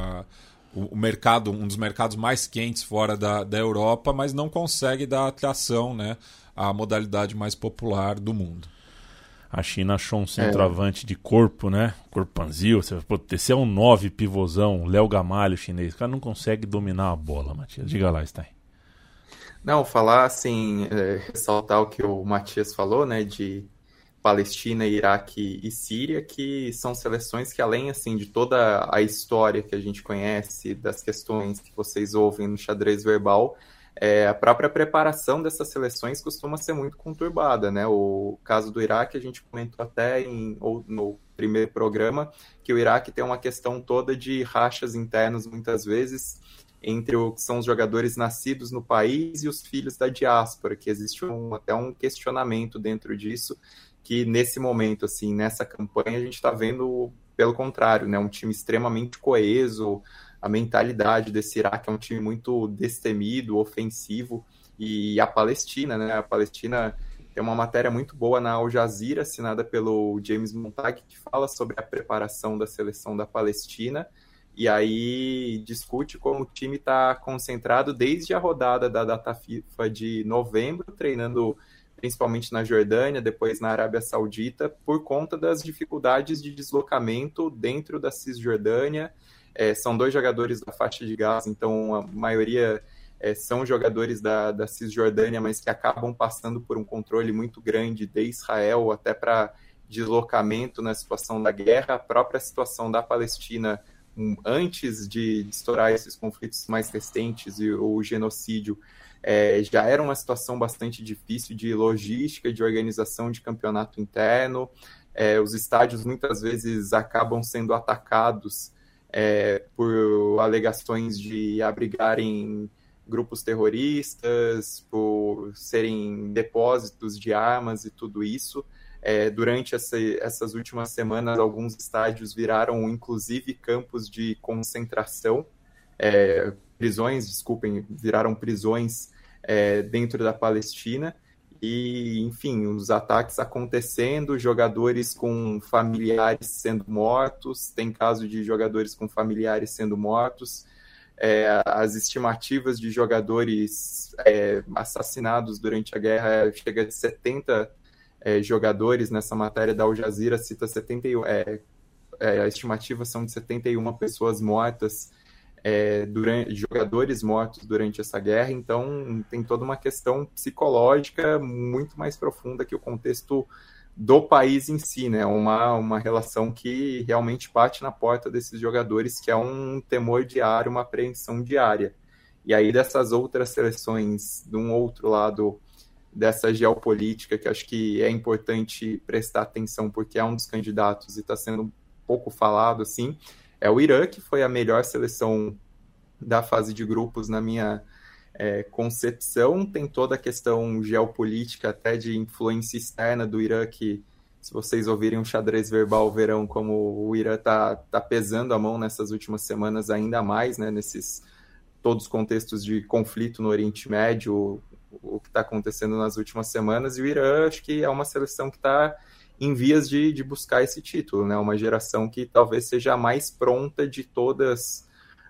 o mercado, um dos mercados mais quentes fora da Europa, mas não consegue dar atração, né, à modalidade mais popular do mundo. A China achou um centroavante de corpo, né? Corpanzil. Esse é um 9 pivôzão, Léo Gamalho chinês. O cara não consegue dominar a bola, Matias. Diga lá, Stein. Não, falar assim, ressaltar o que o Matias falou, né, de Palestina, Iraque e Síria, que são seleções que, além assim de toda a história que a gente conhece, das questões que vocês ouvem no xadrez verbal, a própria preparação dessas seleções costuma ser muito conturbada, né? O caso do Iraque, a gente comentou até no primeiro programa, que o Iraque tem uma questão toda de rachas internas, muitas vezes, entre o que são os jogadores nascidos no país e os filhos da diáspora, que existe até um questionamento dentro disso, que nesse momento, assim, nessa campanha, a gente está vendo, pelo contrário, né, um time extremamente coeso, a mentalidade desse Iraque é um time muito destemido, ofensivo, e a Palestina, né, a Palestina tem uma matéria muito boa na Al Jazeera, assinada pelo James Montag, que fala sobre a preparação da seleção da Palestina, e aí discute como o time está concentrado desde a rodada da data FIFA de novembro, treinando principalmente na Jordânia, depois na Arábia Saudita, por conta das dificuldades de deslocamento dentro da Cisjordânia. São 2 jogadores da faixa de Gaza, então a maioria são jogadores da Cisjordânia, mas que acabam passando por um controle muito grande de Israel, até para deslocamento na situação da guerra. A própria situação da Palestina, antes de estourar esses conflitos mais recentes e o genocídio, já era uma situação bastante difícil de logística, de organização de campeonato interno. Os estádios muitas vezes acabam sendo atacados por alegações de abrigarem grupos terroristas, por serem depósitos de armas e tudo isso. Durante essas últimas semanas, alguns estádios viraram, inclusive, campos de concentração, viraram prisões dentro da Palestina, e, enfim, os ataques acontecendo, jogadores com familiares sendo mortos, tem caso de jogadores com familiares sendo mortos, as estimativas de jogadores assassinados durante a guerra chega de 70 jogadores. Nessa matéria da Al Jazeera cita 71, a estimativa são de 71 pessoas mortas, jogadores mortos durante essa guerra. Então tem toda uma questão psicológica muito mais profunda que o contexto do país em si, né? Uma relação que realmente bate na porta desses jogadores, que é um temor diário, uma apreensão diária. E aí dessas outras seleções, de um outro lado dessa geopolítica, que acho que é importante prestar atenção, porque é um dos candidatos e está sendo um pouco falado, assim, é o Irã, que foi a melhor seleção da fase de grupos na minha concepção. Tem toda a questão geopolítica, até de influência externa do Irã, que, se vocês ouvirem um xadrez verbal, verão como o Irã tá pesando a mão nessas últimas semanas ainda mais, né, nesses todos os contextos de conflito no Oriente Médio, o que está acontecendo nas últimas semanas. E o Irã, acho que é uma seleção que está em vias de buscar esse título, né? Uma geração que talvez seja a mais pronta de todas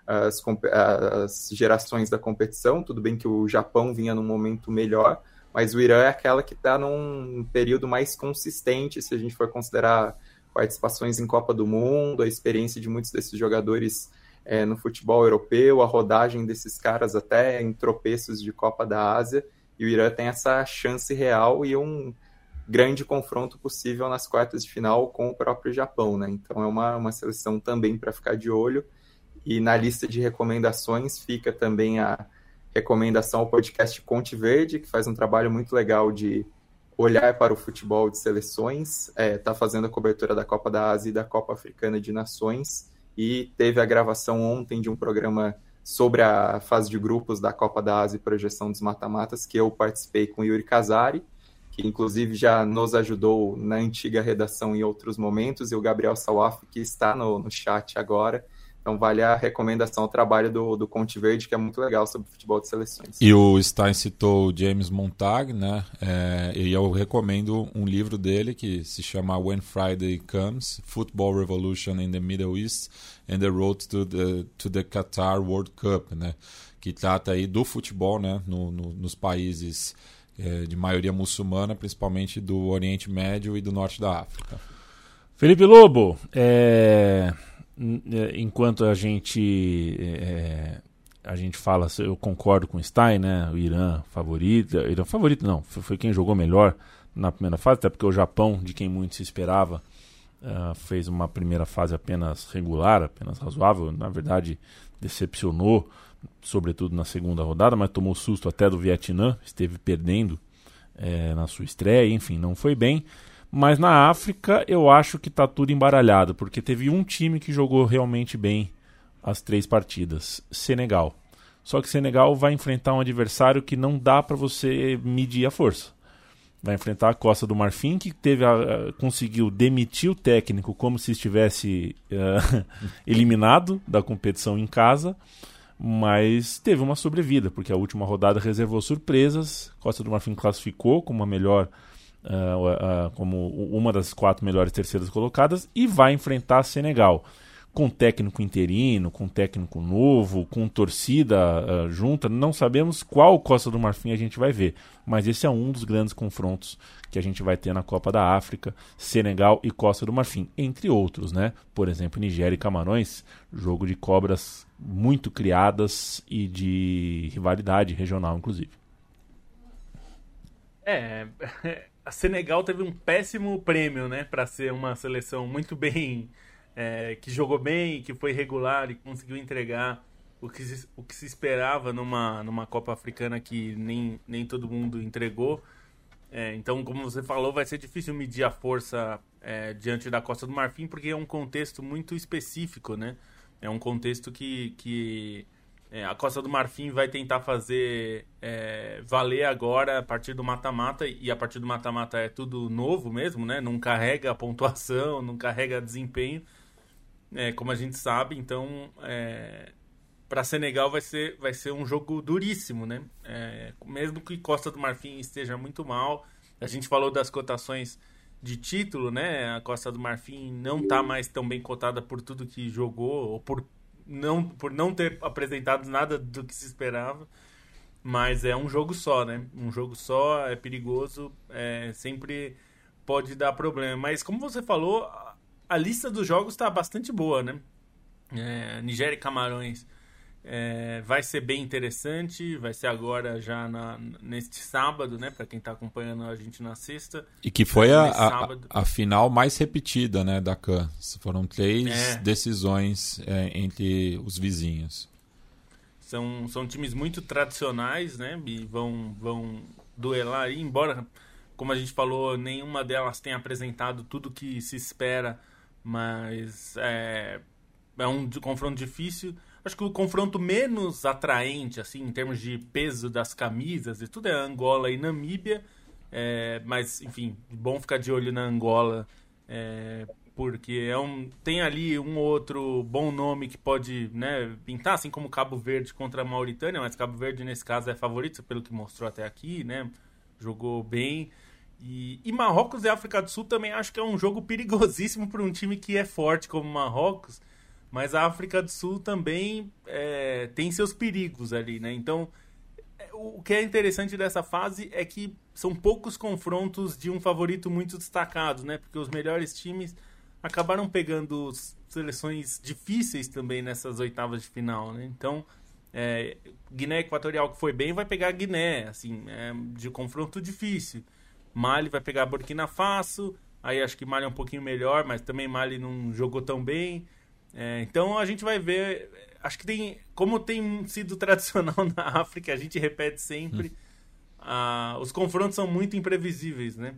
as gerações da competição. Tudo bem que o Japão vinha num momento melhor, mas o Irã é aquela que está num período mais consistente, se a gente for considerar participações em Copa do Mundo, a experiência de muitos desses jogadores no futebol europeu, a rodagem desses caras até em tropeços de Copa da Ásia. E o Irã tem essa chance real e um grande confronto possível nas quartas de final com o próprio Japão, né? Então é uma seleção também para ficar de olho. E na lista de recomendações fica também a recomendação ao podcast Conte Verde, que faz um trabalho muito legal de olhar para o futebol de seleções, está fazendo a cobertura da Copa da Ásia e da Copa Africana de Nações, e teve a gravação ontem de um programa sobre a fase de grupos da Copa da Ásia e projeção dos mata-matas, que eu participei com o Yuri Casari, que inclusive já nos ajudou na antiga redação em outros momentos, e o Gabriel Sawaf, que está no chat agora. Então vale a recomendação ao trabalho do Conte Verde, que é muito legal sobre futebol de seleções. E o Stein citou o James Montag, né? E eu recomendo um livro dele que se chama When Friday Comes, Football Revolution in the Middle East and the Road to the Qatar World Cup, né? Que trata aí do futebol, né? Nos países de maioria muçulmana, principalmente do Oriente Médio e do Norte da África. Felipe Lobo, enquanto a gente fala, eu concordo com o Stein, né? O Irã favorito não, foi quem jogou melhor na primeira fase, até porque o Japão, de quem muito se esperava, fez uma primeira fase apenas regular, apenas razoável. Na verdade, decepcionou, sobretudo na segunda rodada, mas tomou susto até do Vietnã, esteve perdendo na sua estreia, enfim, não foi bem. Mas na África eu acho que está tudo embaralhado, porque teve um time que jogou realmente bem as 3 partidas, Senegal. Só que Senegal vai enfrentar um adversário que não dá para você medir a força. Vai enfrentar a Costa do Marfim, que conseguiu demitir o técnico como se estivesse eliminado da competição em casa, mas teve uma sobrevida, porque a última rodada reservou surpresas. Costa do Marfim classificou como a melhor, como uma das 4 melhores terceiras colocadas, e vai enfrentar Senegal, com técnico interino, com técnico novo, com torcida junta. Não sabemos qual Costa do Marfim a gente vai ver, mas esse é um dos grandes confrontos que a gente vai ter na Copa da África, Senegal e Costa do Marfim, entre outros, né? Por exemplo, Nigéria e Camarões, jogo de cobras muito criadas e de rivalidade regional, inclusive. A Senegal teve um péssimo prêmio, né, para ser uma seleção muito bem... que jogou bem, que foi regular e conseguiu entregar o que se esperava numa Copa Africana que nem todo mundo entregou. Então, como você falou, vai ser difícil medir a força diante da Costa do Marfim, porque é um contexto muito específico, né? É um contexto que a Costa do Marfim vai tentar fazer valer agora a partir do mata-mata, e a partir do mata-mata é tudo novo mesmo, né? Não carrega a pontuação, não carrega desempenho, como a gente sabe. Então, para Senegal vai ser um jogo duríssimo, né? Mesmo que Costa do Marfim esteja muito mal. A gente falou das cotações de título, né? A Costa do Marfim não está mais tão bem cotada por tudo que jogou, ou por não ter apresentado nada do que se esperava. Mas é um jogo só, né? Um jogo só, é perigoso, sempre pode dar problema. Mas como você falou, a lista dos jogos está bastante boa, né? Nigéria e Camarões vai ser bem interessante, vai ser agora já neste sábado, né? Para quem está acompanhando a gente na sexta. E que foi a final mais repetida, né, da CAN. Foram 3 decisões entre os vizinhos. São times muito tradicionais, né? E vão duelar aí, embora, como a gente falou, nenhuma delas tenha apresentado tudo que se espera, mas é um confronto difícil. Acho que o confronto menos atraente, assim, em termos de peso das camisas e tudo, é Angola e Namíbia. Mas, enfim, bom ficar de olho na Angola, porque tem ali um outro bom nome que pode, né, pintar, assim como Cabo Verde contra a Mauritânia, mas Cabo Verde, nesse caso, é favorito, pelo que mostrou até aqui, né? Jogou bem. E Marrocos e África do Sul também acho que é um jogo perigosíssimo para um time que é forte como Marrocos, mas a África do Sul também tem seus perigos ali, né? Então, o que é interessante dessa fase é que são poucos confrontos de um favorito muito destacado, né? Porque os melhores times acabaram pegando seleções difíceis também nessas oitavas de final, né? Então, Guiné Equatorial, que foi bem, vai pegar a Guiné, assim, de confronto difícil. Mali vai pegar Burkina Faso, aí acho que Mali é um pouquinho melhor, mas também Mali não jogou tão bem. Então a gente vai ver, acho que como tem sido tradicional na África, a gente repete sempre, os confrontos são muito imprevisíveis, né?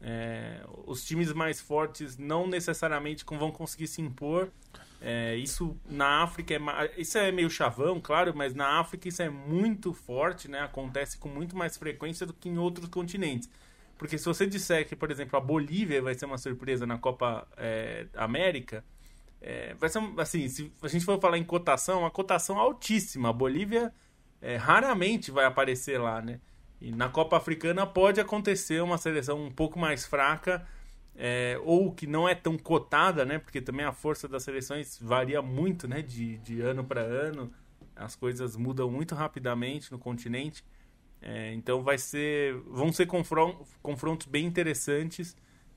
Os times mais fortes não necessariamente vão conseguir se impor. Isso na África isso é meio chavão, claro, mas na África isso é muito forte, né? Acontece com muito mais frequência do que em outros continentes. Porque se você disser que, por exemplo, a Bolívia vai ser uma surpresa na Copa América, vai ser, assim, se a gente for falar em cotação, uma cotação altíssima. A Bolívia raramente vai aparecer lá, né? E na Copa Africana pode acontecer uma seleção um pouco mais fraca, ou que não é tão cotada, né? Porque também a força das seleções varia muito, né? De ano para ano. As coisas mudam muito rapidamente no continente. Então vão ser confrontos bem interessantes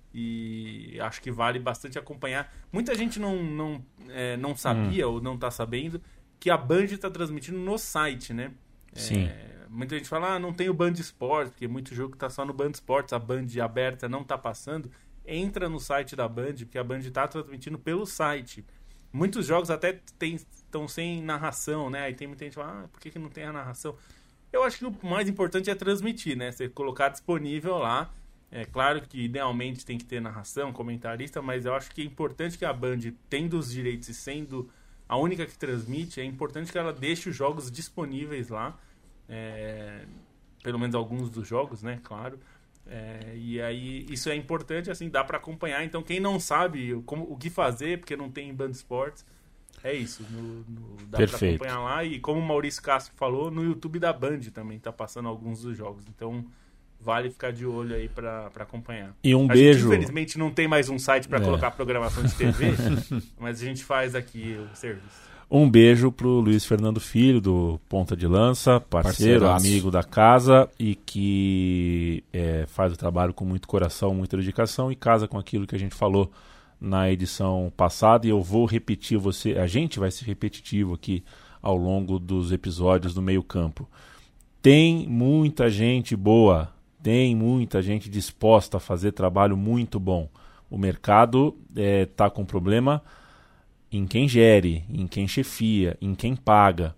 e acho que vale bastante acompanhar. Muita gente não sabia ou não está sabendo que a Band está transmitindo no site, né? Sim. Muita gente fala, não tem o Band Esportes, porque muito jogo está só no Band Esportes, a Band aberta não está passando. Entra no site da Band, porque a Band está transmitindo pelo site. Muitos jogos até estão sem narração, né? Aí tem muita gente que fala, por que não tem a narração? Eu acho que o mais importante é transmitir, né? Você colocar disponível lá. É claro que idealmente tem que ter narração, comentarista, mas eu acho que é importante que a Band, tendo os direitos e sendo a única que transmite, é importante que ela deixe os jogos disponíveis lá. Pelo menos alguns dos jogos, né? Claro. E aí isso é importante, assim, dá para acompanhar. Então quem não sabe o que fazer, porque não tem Band Esportes, é isso, dá para acompanhar lá. E como o Maurício Castro falou, no YouTube da Band também tá passando alguns dos jogos, então vale ficar de olho aí para acompanhar. E um beijo. Gente, infelizmente não tem mais um site para colocar programação de TV, mas a gente faz aqui o serviço. Um beijo pro Luiz Fernando Filho, do Ponta de Lança, parceiro, amigo da casa, e que faz o trabalho com muito coração, muita dedicação, e casa com aquilo que a gente falou na edição passada. E eu vou repetir, a gente vai ser repetitivo aqui ao longo dos episódios do Meio Campo. Tem muita gente boa, tem muita gente disposta a fazer trabalho muito bom. O mercado está com problema em quem gere, em quem chefia, em quem paga.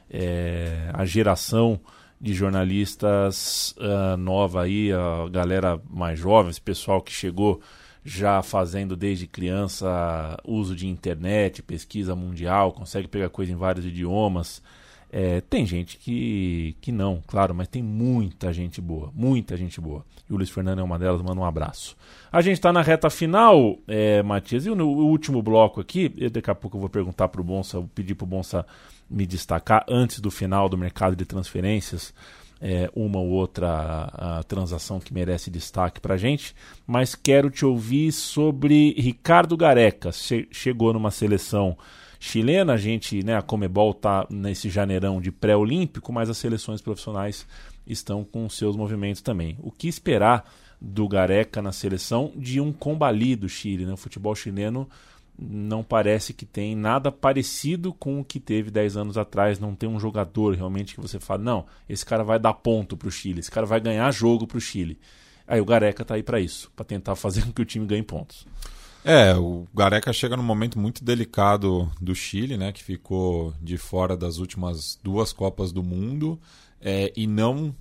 A geração de jornalistas nova aí, a galera mais jovem, esse pessoal que chegou já fazendo desde criança uso de internet, pesquisa mundial, consegue pegar coisa em vários idiomas. Tem gente que não, claro, mas tem muita gente boa, muita gente boa. E o Luiz Fernando é uma delas, manda um abraço. A gente está na reta final, Matias, e no último bloco aqui, daqui a pouco eu vou perguntar para o Bonsa, vou pedir para o Bonsa me destacar, antes do final do mercado de transferências, uma ou outra transação que merece destaque para a gente, mas quero te ouvir sobre Ricardo Gareca. Chegou numa seleção chilena, a Conmebol está nesse janeirão de pré-olímpico, mas as seleções profissionais estão com seus movimentos também. O que esperar do Gareca na seleção de um combalido Chile, né? O futebol chileno não parece que tem nada parecido com o que teve 10 anos atrás, não tem um jogador realmente que você fala, não, esse cara vai dar ponto pro Chile, esse cara vai ganhar jogo pro Chile. Aí o Gareca tá aí para isso, para tentar fazer com que o time ganhe pontos. O Gareca chega num momento muito delicado do Chile, né, que ficou de fora das últimas 2 Copas do Mundo, e não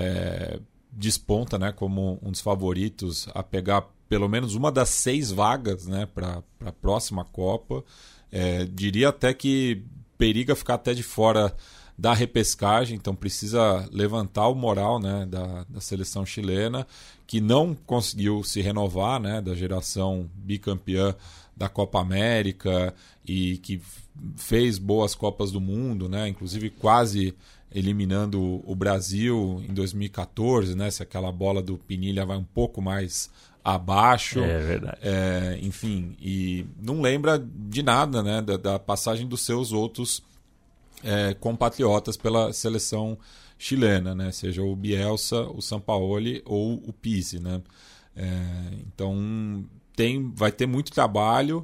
desponta, né, como um dos favoritos a pegar pelo menos uma das 6 vagas, né, para a próxima Copa. Diria até que periga ficar até de fora da repescagem, então precisa levantar o moral, né, da seleção chilena, que não conseguiu se renovar, né, da geração bicampeã da Copa América e que fez boas Copas do Mundo, né, inclusive quase eliminando o Brasil em 2014, né, se aquela bola do Pinilha vai um pouco mais abaixo. É verdade. Enfim, e não lembra de nada, né, da passagem dos seus outros compatriotas pela seleção chilena, né? Seja o Bielsa, o Sampaoli ou o Pizzi, né? Então vai ter muito trabalho.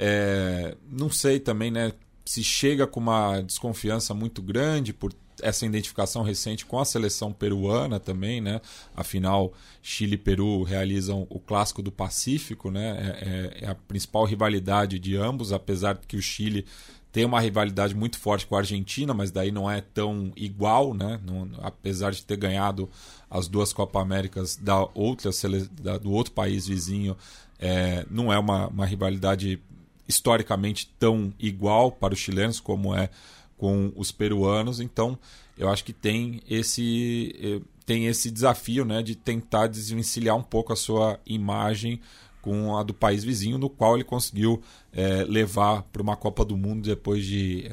Não sei também, né, se chega com uma desconfiança muito grande por essa identificação recente com a seleção peruana também, né? Afinal, Chile e Peru realizam o Clássico do Pacífico, né? É a principal rivalidade de ambos, apesar de que o Chile tem uma rivalidade muito forte com a Argentina, mas daí não é tão igual, né? Apesar de ter ganhado as 2 Copa Américas do outro país vizinho, não é uma rivalidade historicamente tão igual para os chilenos como é com os peruanos. Então eu acho que tem esse desafio, né, de tentar desvencilhar um pouco a sua imagem com a do país vizinho, no qual ele conseguiu levar para uma Copa do Mundo depois de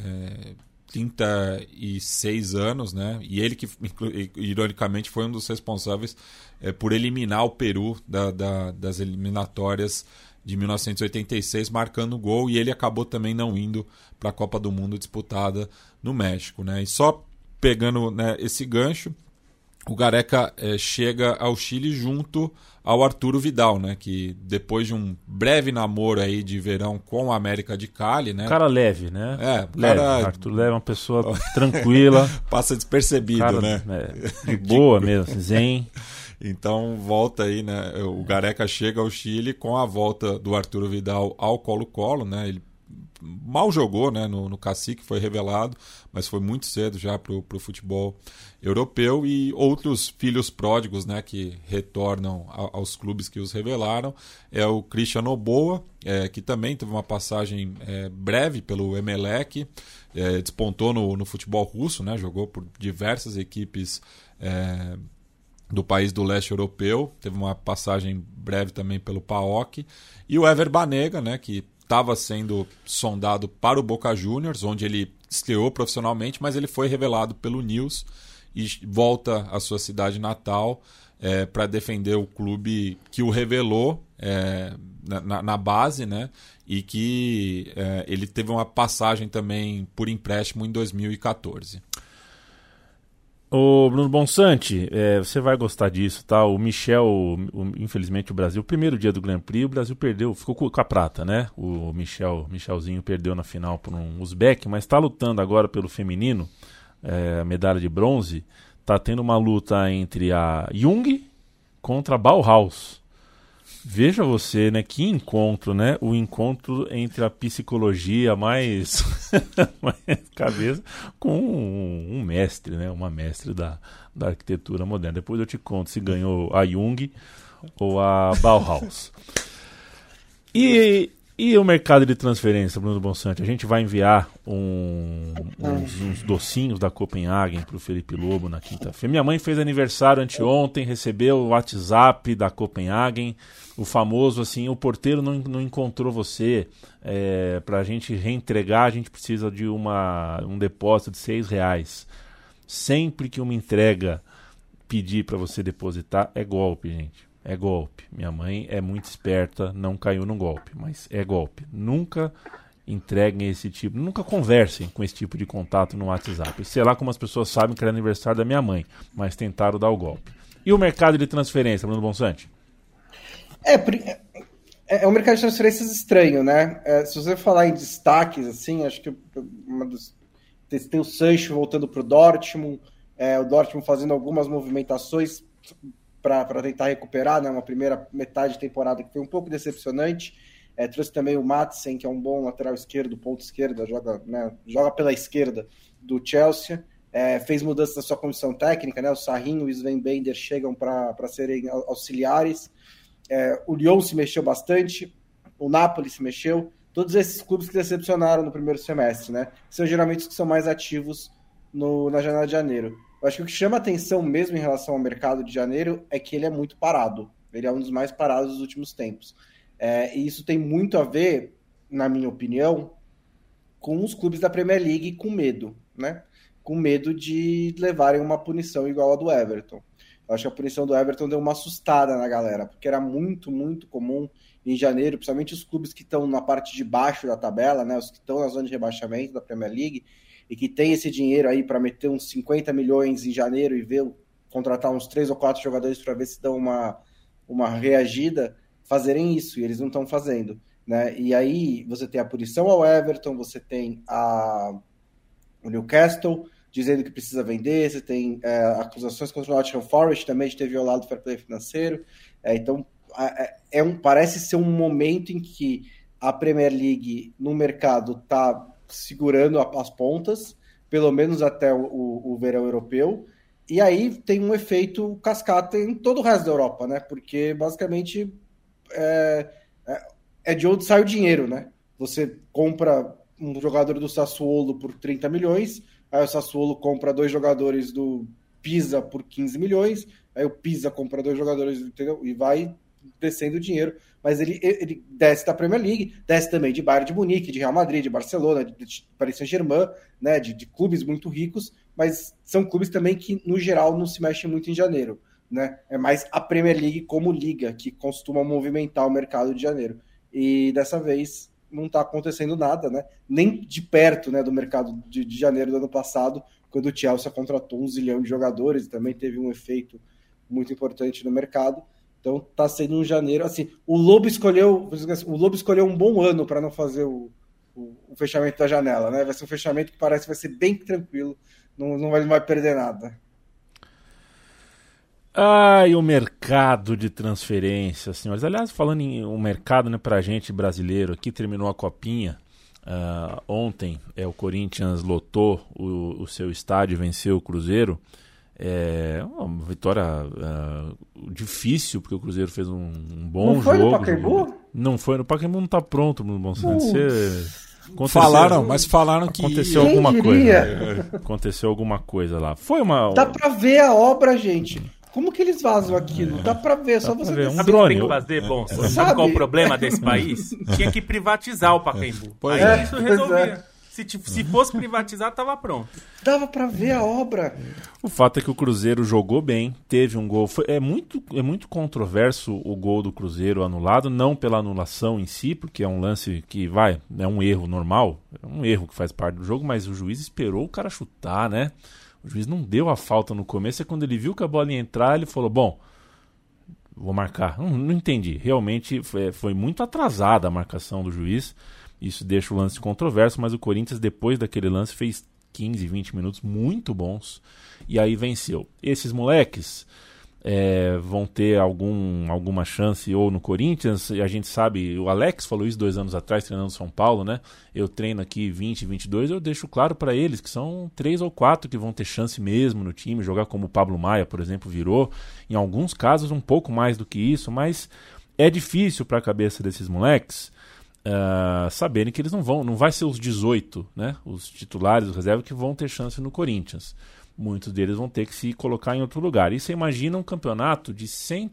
36 anos, né? E ele que, ironicamente, foi um dos responsáveis por eliminar o Peru das eliminatórias de 1986, marcando o gol, e ele acabou também não indo para a Copa do Mundo disputada no México, né? E só pegando, né, esse gancho, o Gareca chega ao Chile junto ao Arturo Vidal, né, que depois de um breve namoro aí de verão com a América de Cali, né? Cara leve, né? Leve. Arthur Leve é uma pessoa tranquila. Passa despercebido, cara, né? De boa mesmo, zen. Então volta aí, né? O Gareca chega ao Chile com a volta do Arturo Vidal ao Colo-Colo, né? Ele mal jogou, né, no Cacique, foi revelado, mas foi muito cedo já pro futebol europeu. E outros filhos pródigos, né, que retornam aos clubes que os revelaram, é o Christian Noboa, que também teve uma passagem breve pelo Emelec, despontou no futebol russo, né, jogou por diversas equipes do país do leste europeu, teve uma passagem breve também pelo PAOK, e o Ever Banega, né, que estava sendo sondado para o Boca Juniors, onde ele estreou profissionalmente, mas ele foi revelado pelo News e volta à sua cidade natal para defender o clube que o revelou na base, né, e que ele teve uma passagem também por empréstimo em 2014. Ô Bruno Bonsante, você vai gostar disso, tá? O Michel, infelizmente o Brasil, o primeiro dia do Grand Prix, o Brasil perdeu, ficou com a prata, né? O Michelzinho perdeu na final por um Uzbek, mas está lutando agora pelo feminino, a medalha de bronze. Tá tendo uma luta entre a Jung contra a Bauhaus. Veja você, né? Que encontro, né? O encontro entre a psicologia mais cabeça com um mestre, né? Uma mestre da arquitetura moderna. Depois eu te conto se ganhou a Jung ou a Bauhaus. E o mercado de transferência, Bruno Bonsante? A gente vai enviar uns docinhos da Copenhagen para o Felipe Lobo na quinta-feira. Minha mãe fez aniversário anteontem, recebeu o WhatsApp da Copenhagen, o famoso assim, o porteiro não encontrou você, para a gente reentregar a gente precisa de um depósito de R$6. Sempre que uma entrega pedir para você depositar, é golpe, gente. É golpe. Minha mãe é muito esperta, não caiu no golpe, mas é golpe. Nunca entreguem esse tipo, nunca conversem com esse tipo de contato no WhatsApp. Sei lá como as pessoas sabem que era aniversário da minha mãe, mas tentaram dar o golpe. E o mercado de transferência, Bruno Bonsante? É um mercado de transferências estranho, né? Se você falar em destaques, assim, acho que tem o Sancho voltando para o Dortmund fazendo algumas movimentações para tentar recuperar, né, uma primeira metade de temporada que foi um pouco decepcionante. Trouxe também o Madsen, que é um bom lateral esquerdo, ponto esquerda, joga pela esquerda do Chelsea. Fez mudanças na sua comissão técnica, né, o Sarrinho e o Sven Bender chegam para serem auxiliares. O Lyon se mexeu bastante, o Napoli se mexeu. Todos esses clubes que decepcionaram no primeiro semestre, né, são geralmente os que são mais ativos na janela de janeiro. Eu acho que o que chama atenção mesmo em relação ao mercado de janeiro é que ele é muito parado. Ele é um dos mais parados dos últimos tempos. E isso tem muito a ver, na minha opinião, com os clubes da Premier League com medo, né? Com medo de levarem uma punição igual a do Everton. Eu acho que a punição do Everton deu uma assustada na galera, porque era muito, muito comum em janeiro, principalmente os clubes que estão na parte de baixo da tabela, né? Os que estão na zona de rebaixamento da Premier League, e que tem esse dinheiro aí para meter uns 50 milhões em janeiro e contratar uns 3 ou 4 jogadores para ver se dão uma reagida, fazerem isso, e eles não estão fazendo, né? E aí você tem a punição ao Everton, você tem o Newcastle dizendo que precisa vender, você tem acusações contra o Nottingham Forest também de ter violado o fair play financeiro. Então parece ser um momento em que a Premier League no mercado está segurando as pontas, pelo menos até o verão europeu, e aí tem um efeito cascata em todo o resto da Europa, né? Porque basicamente é de onde sai o dinheiro, né? Você compra um jogador do Sassuolo por 30 milhões, aí o Sassuolo compra 2 jogadores do Pisa por 15 milhões, aí o Pisa compra 2 jogadores, entendeu? E vai descendo o dinheiro, mas ele desce da Premier League, desce também de Bayern de Munique, de Real Madrid, de Barcelona, de Paris Saint-Germain, né, de clubes muito ricos, mas são clubes também que, no geral, não se mexem muito em janeiro, né? É mais a Premier League como liga que costuma movimentar o mercado de janeiro. E dessa vez não está acontecendo nada, né? Nem de perto, né, do mercado de janeiro do ano passado, quando o Chelsea contratou 1 zilhão de jogadores e também teve um efeito muito importante no mercado. Então tá sendo um janeiro, assim, o Lobo escolheu um bom ano para não fazer o fechamento da janela, né? Vai ser um fechamento que parece que vai ser bem tranquilo, não vai perder nada. E o mercado de transferência, senhores. Aliás, falando em um mercado, né, pra gente brasileiro, aqui terminou a Copinha. Ontem o Corinthians lotou o seu estádio, venceu o Cruzeiro. Uma vitória difícil, porque o Cruzeiro fez um bom jogo. Não foi no Pacaembu? Não foi no Pacaembu, não tá pronto, no bom senso. Falaram que aconteceu alguma coisa. Aconteceu alguma coisa lá. Dá pra ver a obra, gente. Como que eles vazam aquilo? Dá pra ver, só você ver. Sabe o que tem que fazer, bom? Sabe qual é o problema desse país? Tinha que privatizar o Pacaembu. Aí isso resolvia. Se fosse privatizar, tava pronto. Dava pra ver a obra. O fato é que o Cruzeiro jogou bem, teve um gol. É muito controverso o gol do Cruzeiro anulado, não pela anulação em si, porque é um lance que é um erro normal, é um erro que faz parte do jogo, mas o juiz esperou o cara chutar, né? O juiz não deu a falta no começo, é quando ele viu que a bola ia entrar, ele falou, bom, vou marcar. Não entendi, realmente foi muito atrasada a marcação do juiz. Isso deixa o lance controverso, mas o Corinthians, depois daquele lance, fez 15, 20 minutos muito bons e aí venceu. Esses moleques vão ter alguma chance ou no Corinthians, a gente sabe, o Alex falou isso 2 anos atrás, treinando São Paulo, né? Eu treino aqui 20, 22, eu deixo claro para eles que são 3 ou 4 que vão ter chance mesmo no time, jogar como o Pablo Maia, por exemplo, virou. Em alguns casos um pouco mais do que isso, mas é difícil para a cabeça desses moleques saberem que eles não vai ser os 18, né? Os titulares, os reservas que vão ter chance no Corinthians. Muitos deles vão ter que se colocar em outro lugar. E você imagina um campeonato de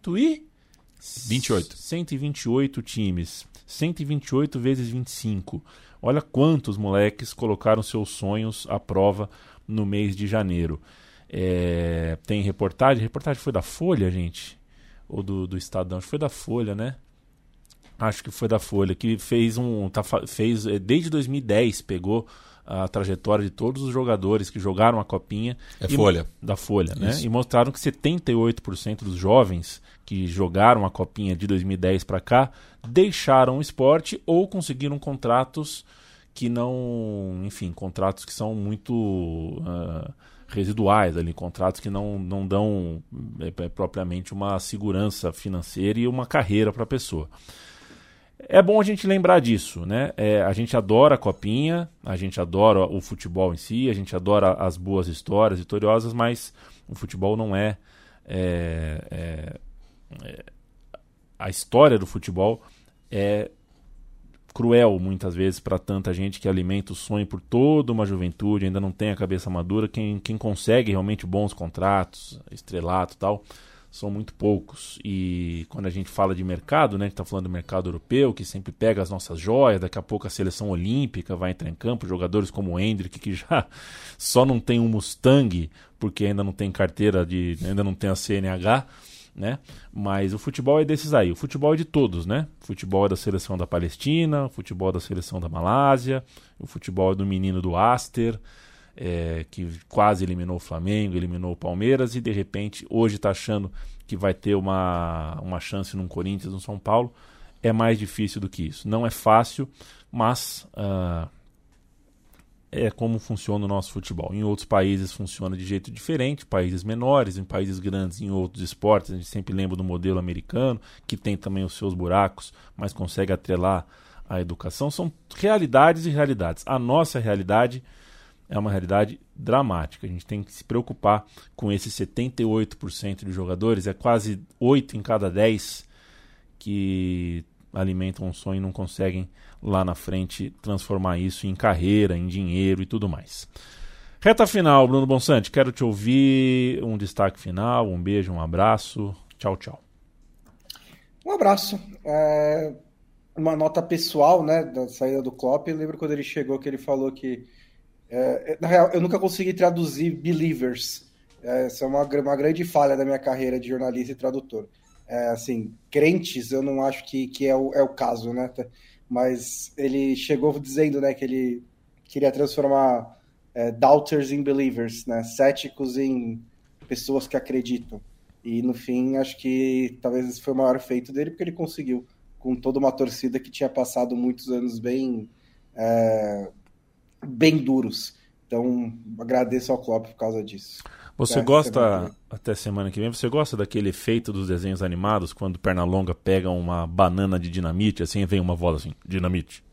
128 times. 128 vezes 25. Olha quantos moleques colocaram seus sonhos à prova no mês de janeiro. Tem reportagem. Reportagem foi da Folha, gente? Ou do Estadão? Acho que foi da Folha, né? Acho que foi da Folha, que fez desde 2010, pegou a trajetória de todos os jogadores que jogaram a Copinha. Folha. Da Folha, né? E mostraram que 78% dos jovens que jogaram a Copinha de 2010 para cá deixaram o esporte ou conseguiram contratos que não... Enfim, contratos que são muito residuais ali, contratos que não dão propriamente uma segurança financeira e uma carreira para a pessoa. É bom a gente lembrar disso, né? A gente adora a Copinha, a gente adora o futebol em si, a gente adora as boas histórias vitoriosas, mas o futebol não a história do futebol é cruel muitas vezes para tanta gente que alimenta o sonho por toda uma juventude, ainda não tem a cabeça madura. Quem consegue realmente bons contratos, estrelato e tal, são muito poucos. E quando a gente fala de mercado, né, a gente está falando do mercado europeu, que sempre pega as nossas joias, daqui a pouco a seleção olímpica vai entrar em campo, jogadores como o Hendrick, que já só não tem um Mustang, porque ainda não tem carteira, ainda não tem a CNH, né? Mas o futebol é desses aí, o futebol é de todos, né? O futebol é da seleção da Palestina, o futebol é da seleção da Malásia, o futebol é do menino do Aster, que quase eliminou o Flamengo, eliminou o Palmeiras e de repente hoje está achando que vai ter uma chance num Corinthians, no São Paulo. É mais difícil do que isso. Não é fácil, mas é como funciona o nosso futebol. Em outros países funciona de jeito diferente, países menores, em países grandes, em outros esportes. A gente sempre lembra do modelo americano, que tem também os seus buracos, mas consegue atrelar a educação. São realidades e realidades. A nossa realidade é uma realidade dramática. A gente tem que se preocupar com esses 78% de jogadores, é quase 8 em cada 10 que alimentam um sonho e não conseguem lá na frente transformar isso em carreira, em dinheiro e tudo mais. Reta final, Bruno Bonsante, quero te ouvir, um destaque final, um beijo, um abraço, tchau, tchau. Um abraço. Uma nota pessoal, né, da saída do Klopp. Eu lembro quando ele chegou que ele falou que na real, eu nunca consegui traduzir believers. Essa é uma grande falha da minha carreira de jornalista e tradutor. Assim, crentes, eu não acho que é o caso, né? Mas ele chegou dizendo, né, que ele queria transformar doubters em believers, né? Céticos em pessoas que acreditam. E no fim, acho que talvez esse foi o maior feito dele, porque ele conseguiu, com toda uma torcida que tinha passado muitos anos bem duros. Então, agradeço ao Klopp por causa disso. Você gosta, até semana que vem, você gosta daquele efeito dos desenhos animados, quando Pernalonga pega uma banana de dinamite, assim, vem uma voz assim, dinamite.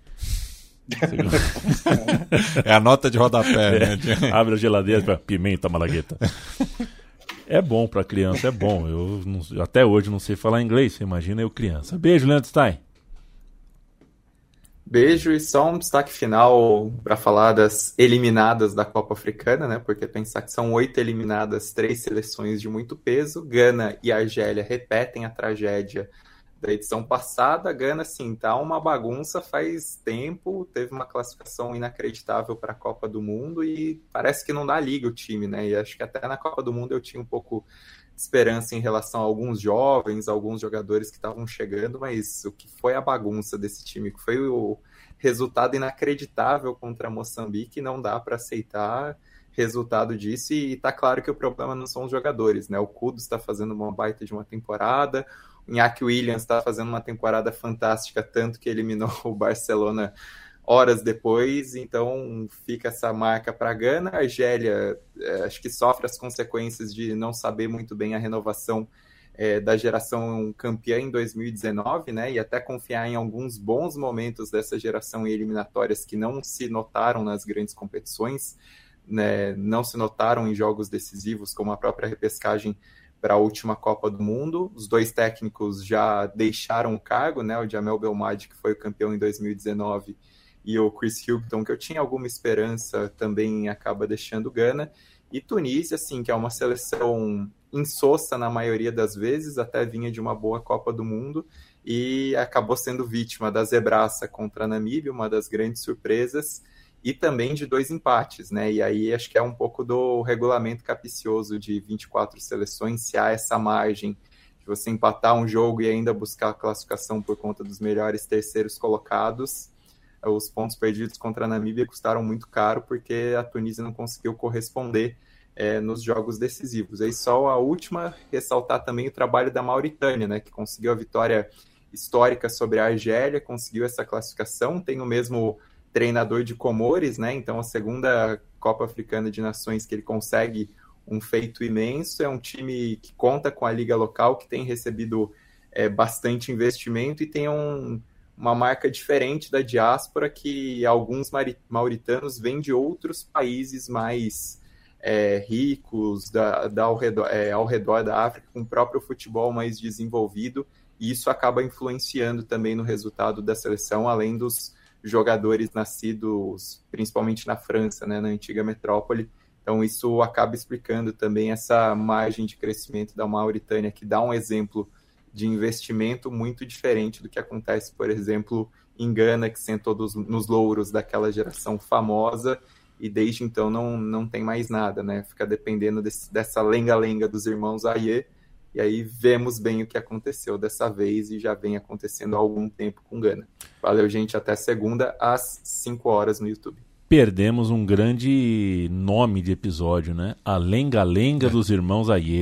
É a nota de rodapé, né? Abre a geladeira para pimenta malagueta. É bom para criança, é bom. Eu até hoje não sei falar inglês, você imagina eu criança. Beijo, Leandro Stein. Beijo, e só um destaque final para falar das eliminadas da Copa Africana, né? Porque pensar que são 8 eliminadas, 3 seleções de muito peso. Gana e Argélia repetem a tragédia da edição passada. Gana, sim, tá uma bagunça faz tempo, teve uma classificação inacreditável para a Copa do Mundo e parece que não dá liga o time, né? E acho que até na Copa do Mundo eu tinha um pouco de esperança em relação a alguns jovens, alguns jogadores que estavam chegando, mas o que foi a bagunça desse time, que foi o resultado inacreditável contra Moçambique, não dá para aceitar resultado disso, e tá claro que o problema não são os jogadores, né? O Kudus está fazendo uma baita de uma temporada, o Iñaki Williams está fazendo uma temporada fantástica, tanto que eliminou o Barcelona horas depois, então fica essa marca para a Gana. A Argélia acho que sofre as consequências de não saber muito bem a renovação da geração campeã em 2019, né, e até confiar em alguns bons momentos dessa geração em eliminatórias que não se notaram nas grandes competições, né, não se notaram em jogos decisivos, como a própria repescagem para a última Copa do Mundo. Os 2 técnicos já deixaram o cargo, né, o Jamel Belmadi, que foi o campeão em 2019, e o Chris Hughton, que eu tinha alguma esperança, também acaba deixando o Gana. E Tunísia, assim, que é uma seleção insossa na maioria das vezes, até vinha de uma boa Copa do Mundo, e acabou sendo vítima da zebraça contra a Namíbia, uma das grandes surpresas, e também de 2 empates, né? E aí acho que é um pouco do regulamento capicioso de 24 seleções, se há essa margem de você empatar um jogo e ainda buscar a classificação por conta dos melhores terceiros colocados. Os pontos perdidos contra a Namíbia custaram muito caro, porque a Tunísia não conseguiu corresponder nos jogos decisivos. Aí só a última, ressaltar também o trabalho da Mauritânia, né, que conseguiu a vitória histórica sobre a Argélia, conseguiu essa classificação, tem o mesmo treinador de Comores, né, então a segunda Copa Africana de Nações que ele consegue um feito imenso. É um time que conta com a liga local, que tem recebido bastante investimento e tem uma marca diferente da diáspora, que alguns mauritanos vêm de outros países mais ricos ao redor da África, com o próprio futebol mais desenvolvido, e isso acaba influenciando também no resultado da seleção, além dos jogadores nascidos principalmente na França, né, na antiga metrópole. Então isso acaba explicando também essa margem de crescimento da Mauritânia, que dá um exemplo de investimento muito diferente do que acontece, por exemplo, em Gana, que sentou nos louros daquela geração famosa, e desde então não tem mais nada, né? Fica dependendo dessa lenga-lenga dos irmãos Aie, e aí vemos bem o que aconteceu dessa vez, e já vem acontecendo há algum tempo com Gana. Valeu, gente, até segunda, às 5 horas no YouTube. Perdemos um grande nome de episódio, né? A lenga-lenga dos irmãos Aie.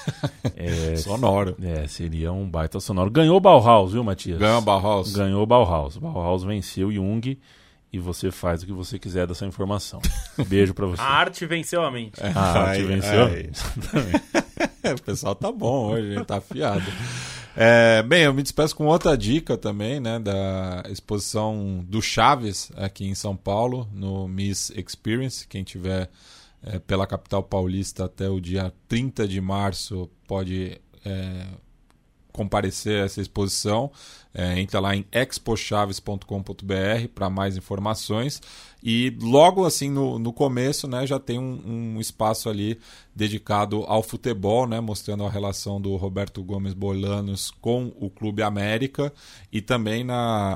Sonoro. Seria um baita sonoro. Ganhou o Bauhaus, viu, Matias? Ganhou o Bauhaus. Ganhou o Bauhaus. Bauhaus venceu Jung, e você faz o que você quiser dessa informação. Beijo pra você. A arte venceu a mente. A arte venceu? O pessoal tá bom hoje, tá afiado. Bem, eu me despeço com outra dica também, né, da exposição do Chaves aqui em São Paulo, no Miss Experience. Quem tiver pela capital paulista até o dia 30 de março pode comparecer a essa exposição. Entra lá em expochaves.com.br para mais informações, e logo assim no começo, né, já tem um espaço ali dedicado ao futebol, né, mostrando a relação do Roberto Gomes Bolanos com o Clube América, e também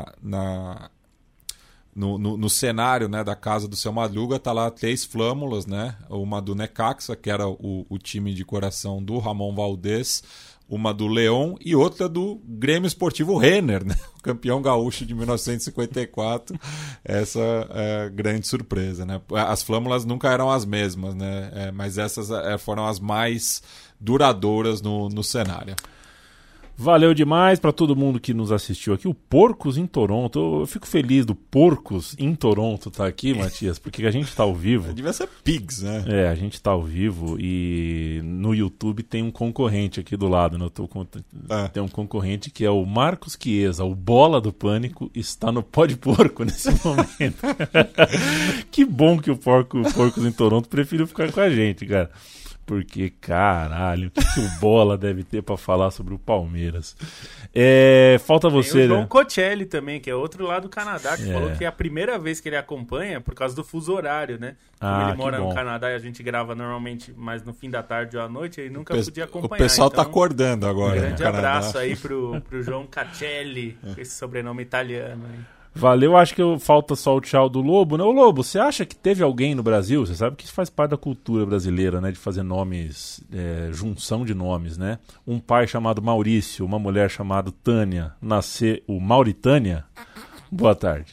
no cenário, né, da casa do Seu Madruga tá lá 3 flâmulas, né, uma do Necaxa, que era o time de coração do Ramon Valdez, uma do León e outra do Grêmio Esportivo Renner, né? O campeão gaúcho de 1954. Essa é a grande surpresa, né? As flâmulas nunca eram as mesmas, né? Mas essas foram as mais duradouras no cenário. Valeu demais para todo mundo que nos assistiu aqui. O Porcos em Toronto. Eu fico feliz do Porcos em Toronto estar aqui, Matias, porque a gente está ao vivo. Devia ser Pigs, né? A gente está ao vivo, e no YouTube tem um concorrente aqui do lado, né? Tem um concorrente que é o Marcos Chiesa, o Bola do Pânico, está no Pó de Porco nesse momento. Que bom que o Porcos em Toronto preferiu ficar com a gente, cara. Porque, caralho, o que o Bola deve ter pra falar sobre o Palmeiras? Falta você, Tem o João né? Cocelli também, que é outro lá do Canadá, que falou que é a primeira vez que ele acompanha por causa do fuso horário, né? Como ele mora no Canadá e a gente grava normalmente mais no fim da tarde ou à noite, ele nunca podia acompanhar. O pessoal então, tá acordando agora. Um grande abraço aí pro João Cocelli, com esse sobrenome italiano aí. Valeu, acho que falta só o tchau do Lobo, né? Ô Lobo, você acha que teve alguém no Brasil, você sabe que isso faz parte da cultura brasileira, né? De fazer nomes, junção de nomes, né? Um pai chamado Maurício, uma mulher chamada Tânia, nascer o Mauritânia? Boa tarde.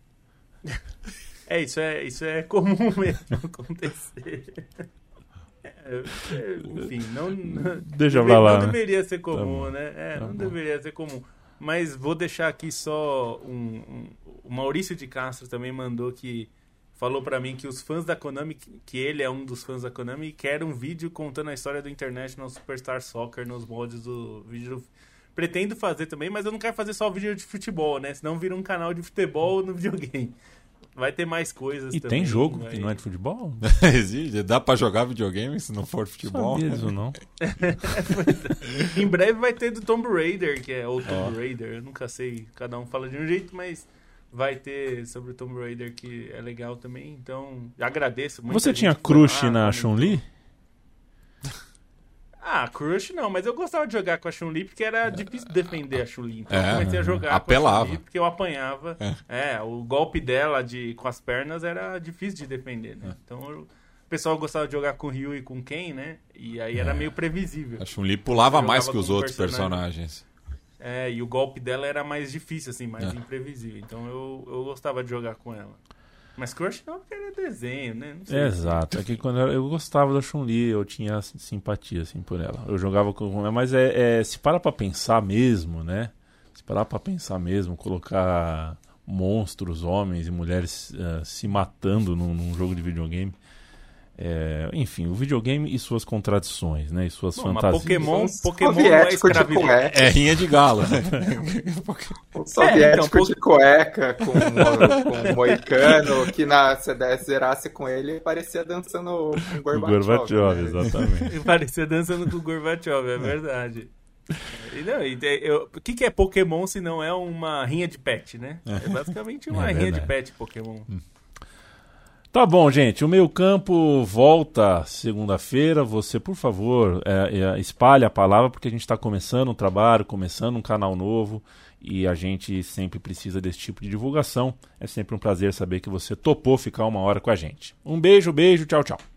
Isso é comum mesmo acontecer. Enfim, Deixa pra lá, não deveria ser comum, né? Não deveria ser comum. Mas vou deixar aqui só o Maurício de Castro também mandou falou pra mim que os fãs da Konami, que ele é um dos fãs da Konami, quer um vídeo contando a história do International Superstar Soccer nos moldes do vídeo. Pretendo fazer também, mas eu não quero fazer só vídeo de futebol, né? Senão vira um canal de futebol no videogame. Vai ter mais coisas e também. E tem jogo que não é de futebol? Existe. Dá pra jogar videogame se não for futebol? Sabia isso, não. Em breve vai ter do Tomb Raider, que é o Tomb Raider. Eu nunca sei, cada um fala de um jeito, mas vai ter sobre o Tomb Raider, que é legal também. Então, agradeço muito. Você tinha crush na Chun-Li? Crush não, mas eu gostava de jogar com a Chun-Li porque era difícil defender a Chun-Li. Então eu comecei a jogar apelava. Com a Chun-Li porque eu apanhava. O golpe dela com as pernas era difícil de defender, né? Então o pessoal gostava de jogar com o Ryu e com o Ken, né? E aí era meio previsível. A Chun-Li pulava mais que os outros personagens. E o golpe dela era mais difícil, assim, mais imprevisível. Então eu gostava de jogar com ela. Mas crush não, porque era desenho, né? Não sei. Exato. É que quando eu gostava da Chun-Li, eu tinha simpatia, assim, por ela. Eu jogava com ela, mas se parar pra pensar mesmo, né? Se parar pra pensar mesmo, colocar monstros, homens e mulheres se matando num jogo de videogame. Enfim, o videogame e suas contradições, né? E suas fantasias. Pokémon não é escravidão. É rinha de galo. O soviético de cueca com um moicano que se zerasse com ele parecia dançando com o Gorbacheov, né? Exatamente. Parecia dançando com o Gorbacheov, é verdade. O que é Pokémon se não é uma rinha de pet, né? É basicamente uma rinha de pet Pokémon. Tá bom, gente. O Meio Campo volta segunda-feira. Você, por favor, espalhe a palavra, porque a gente está começando um trabalho, começando um canal novo, e a gente sempre precisa desse tipo de divulgação. É sempre um prazer saber que você topou ficar uma hora com a gente. Um beijo, tchau, tchau.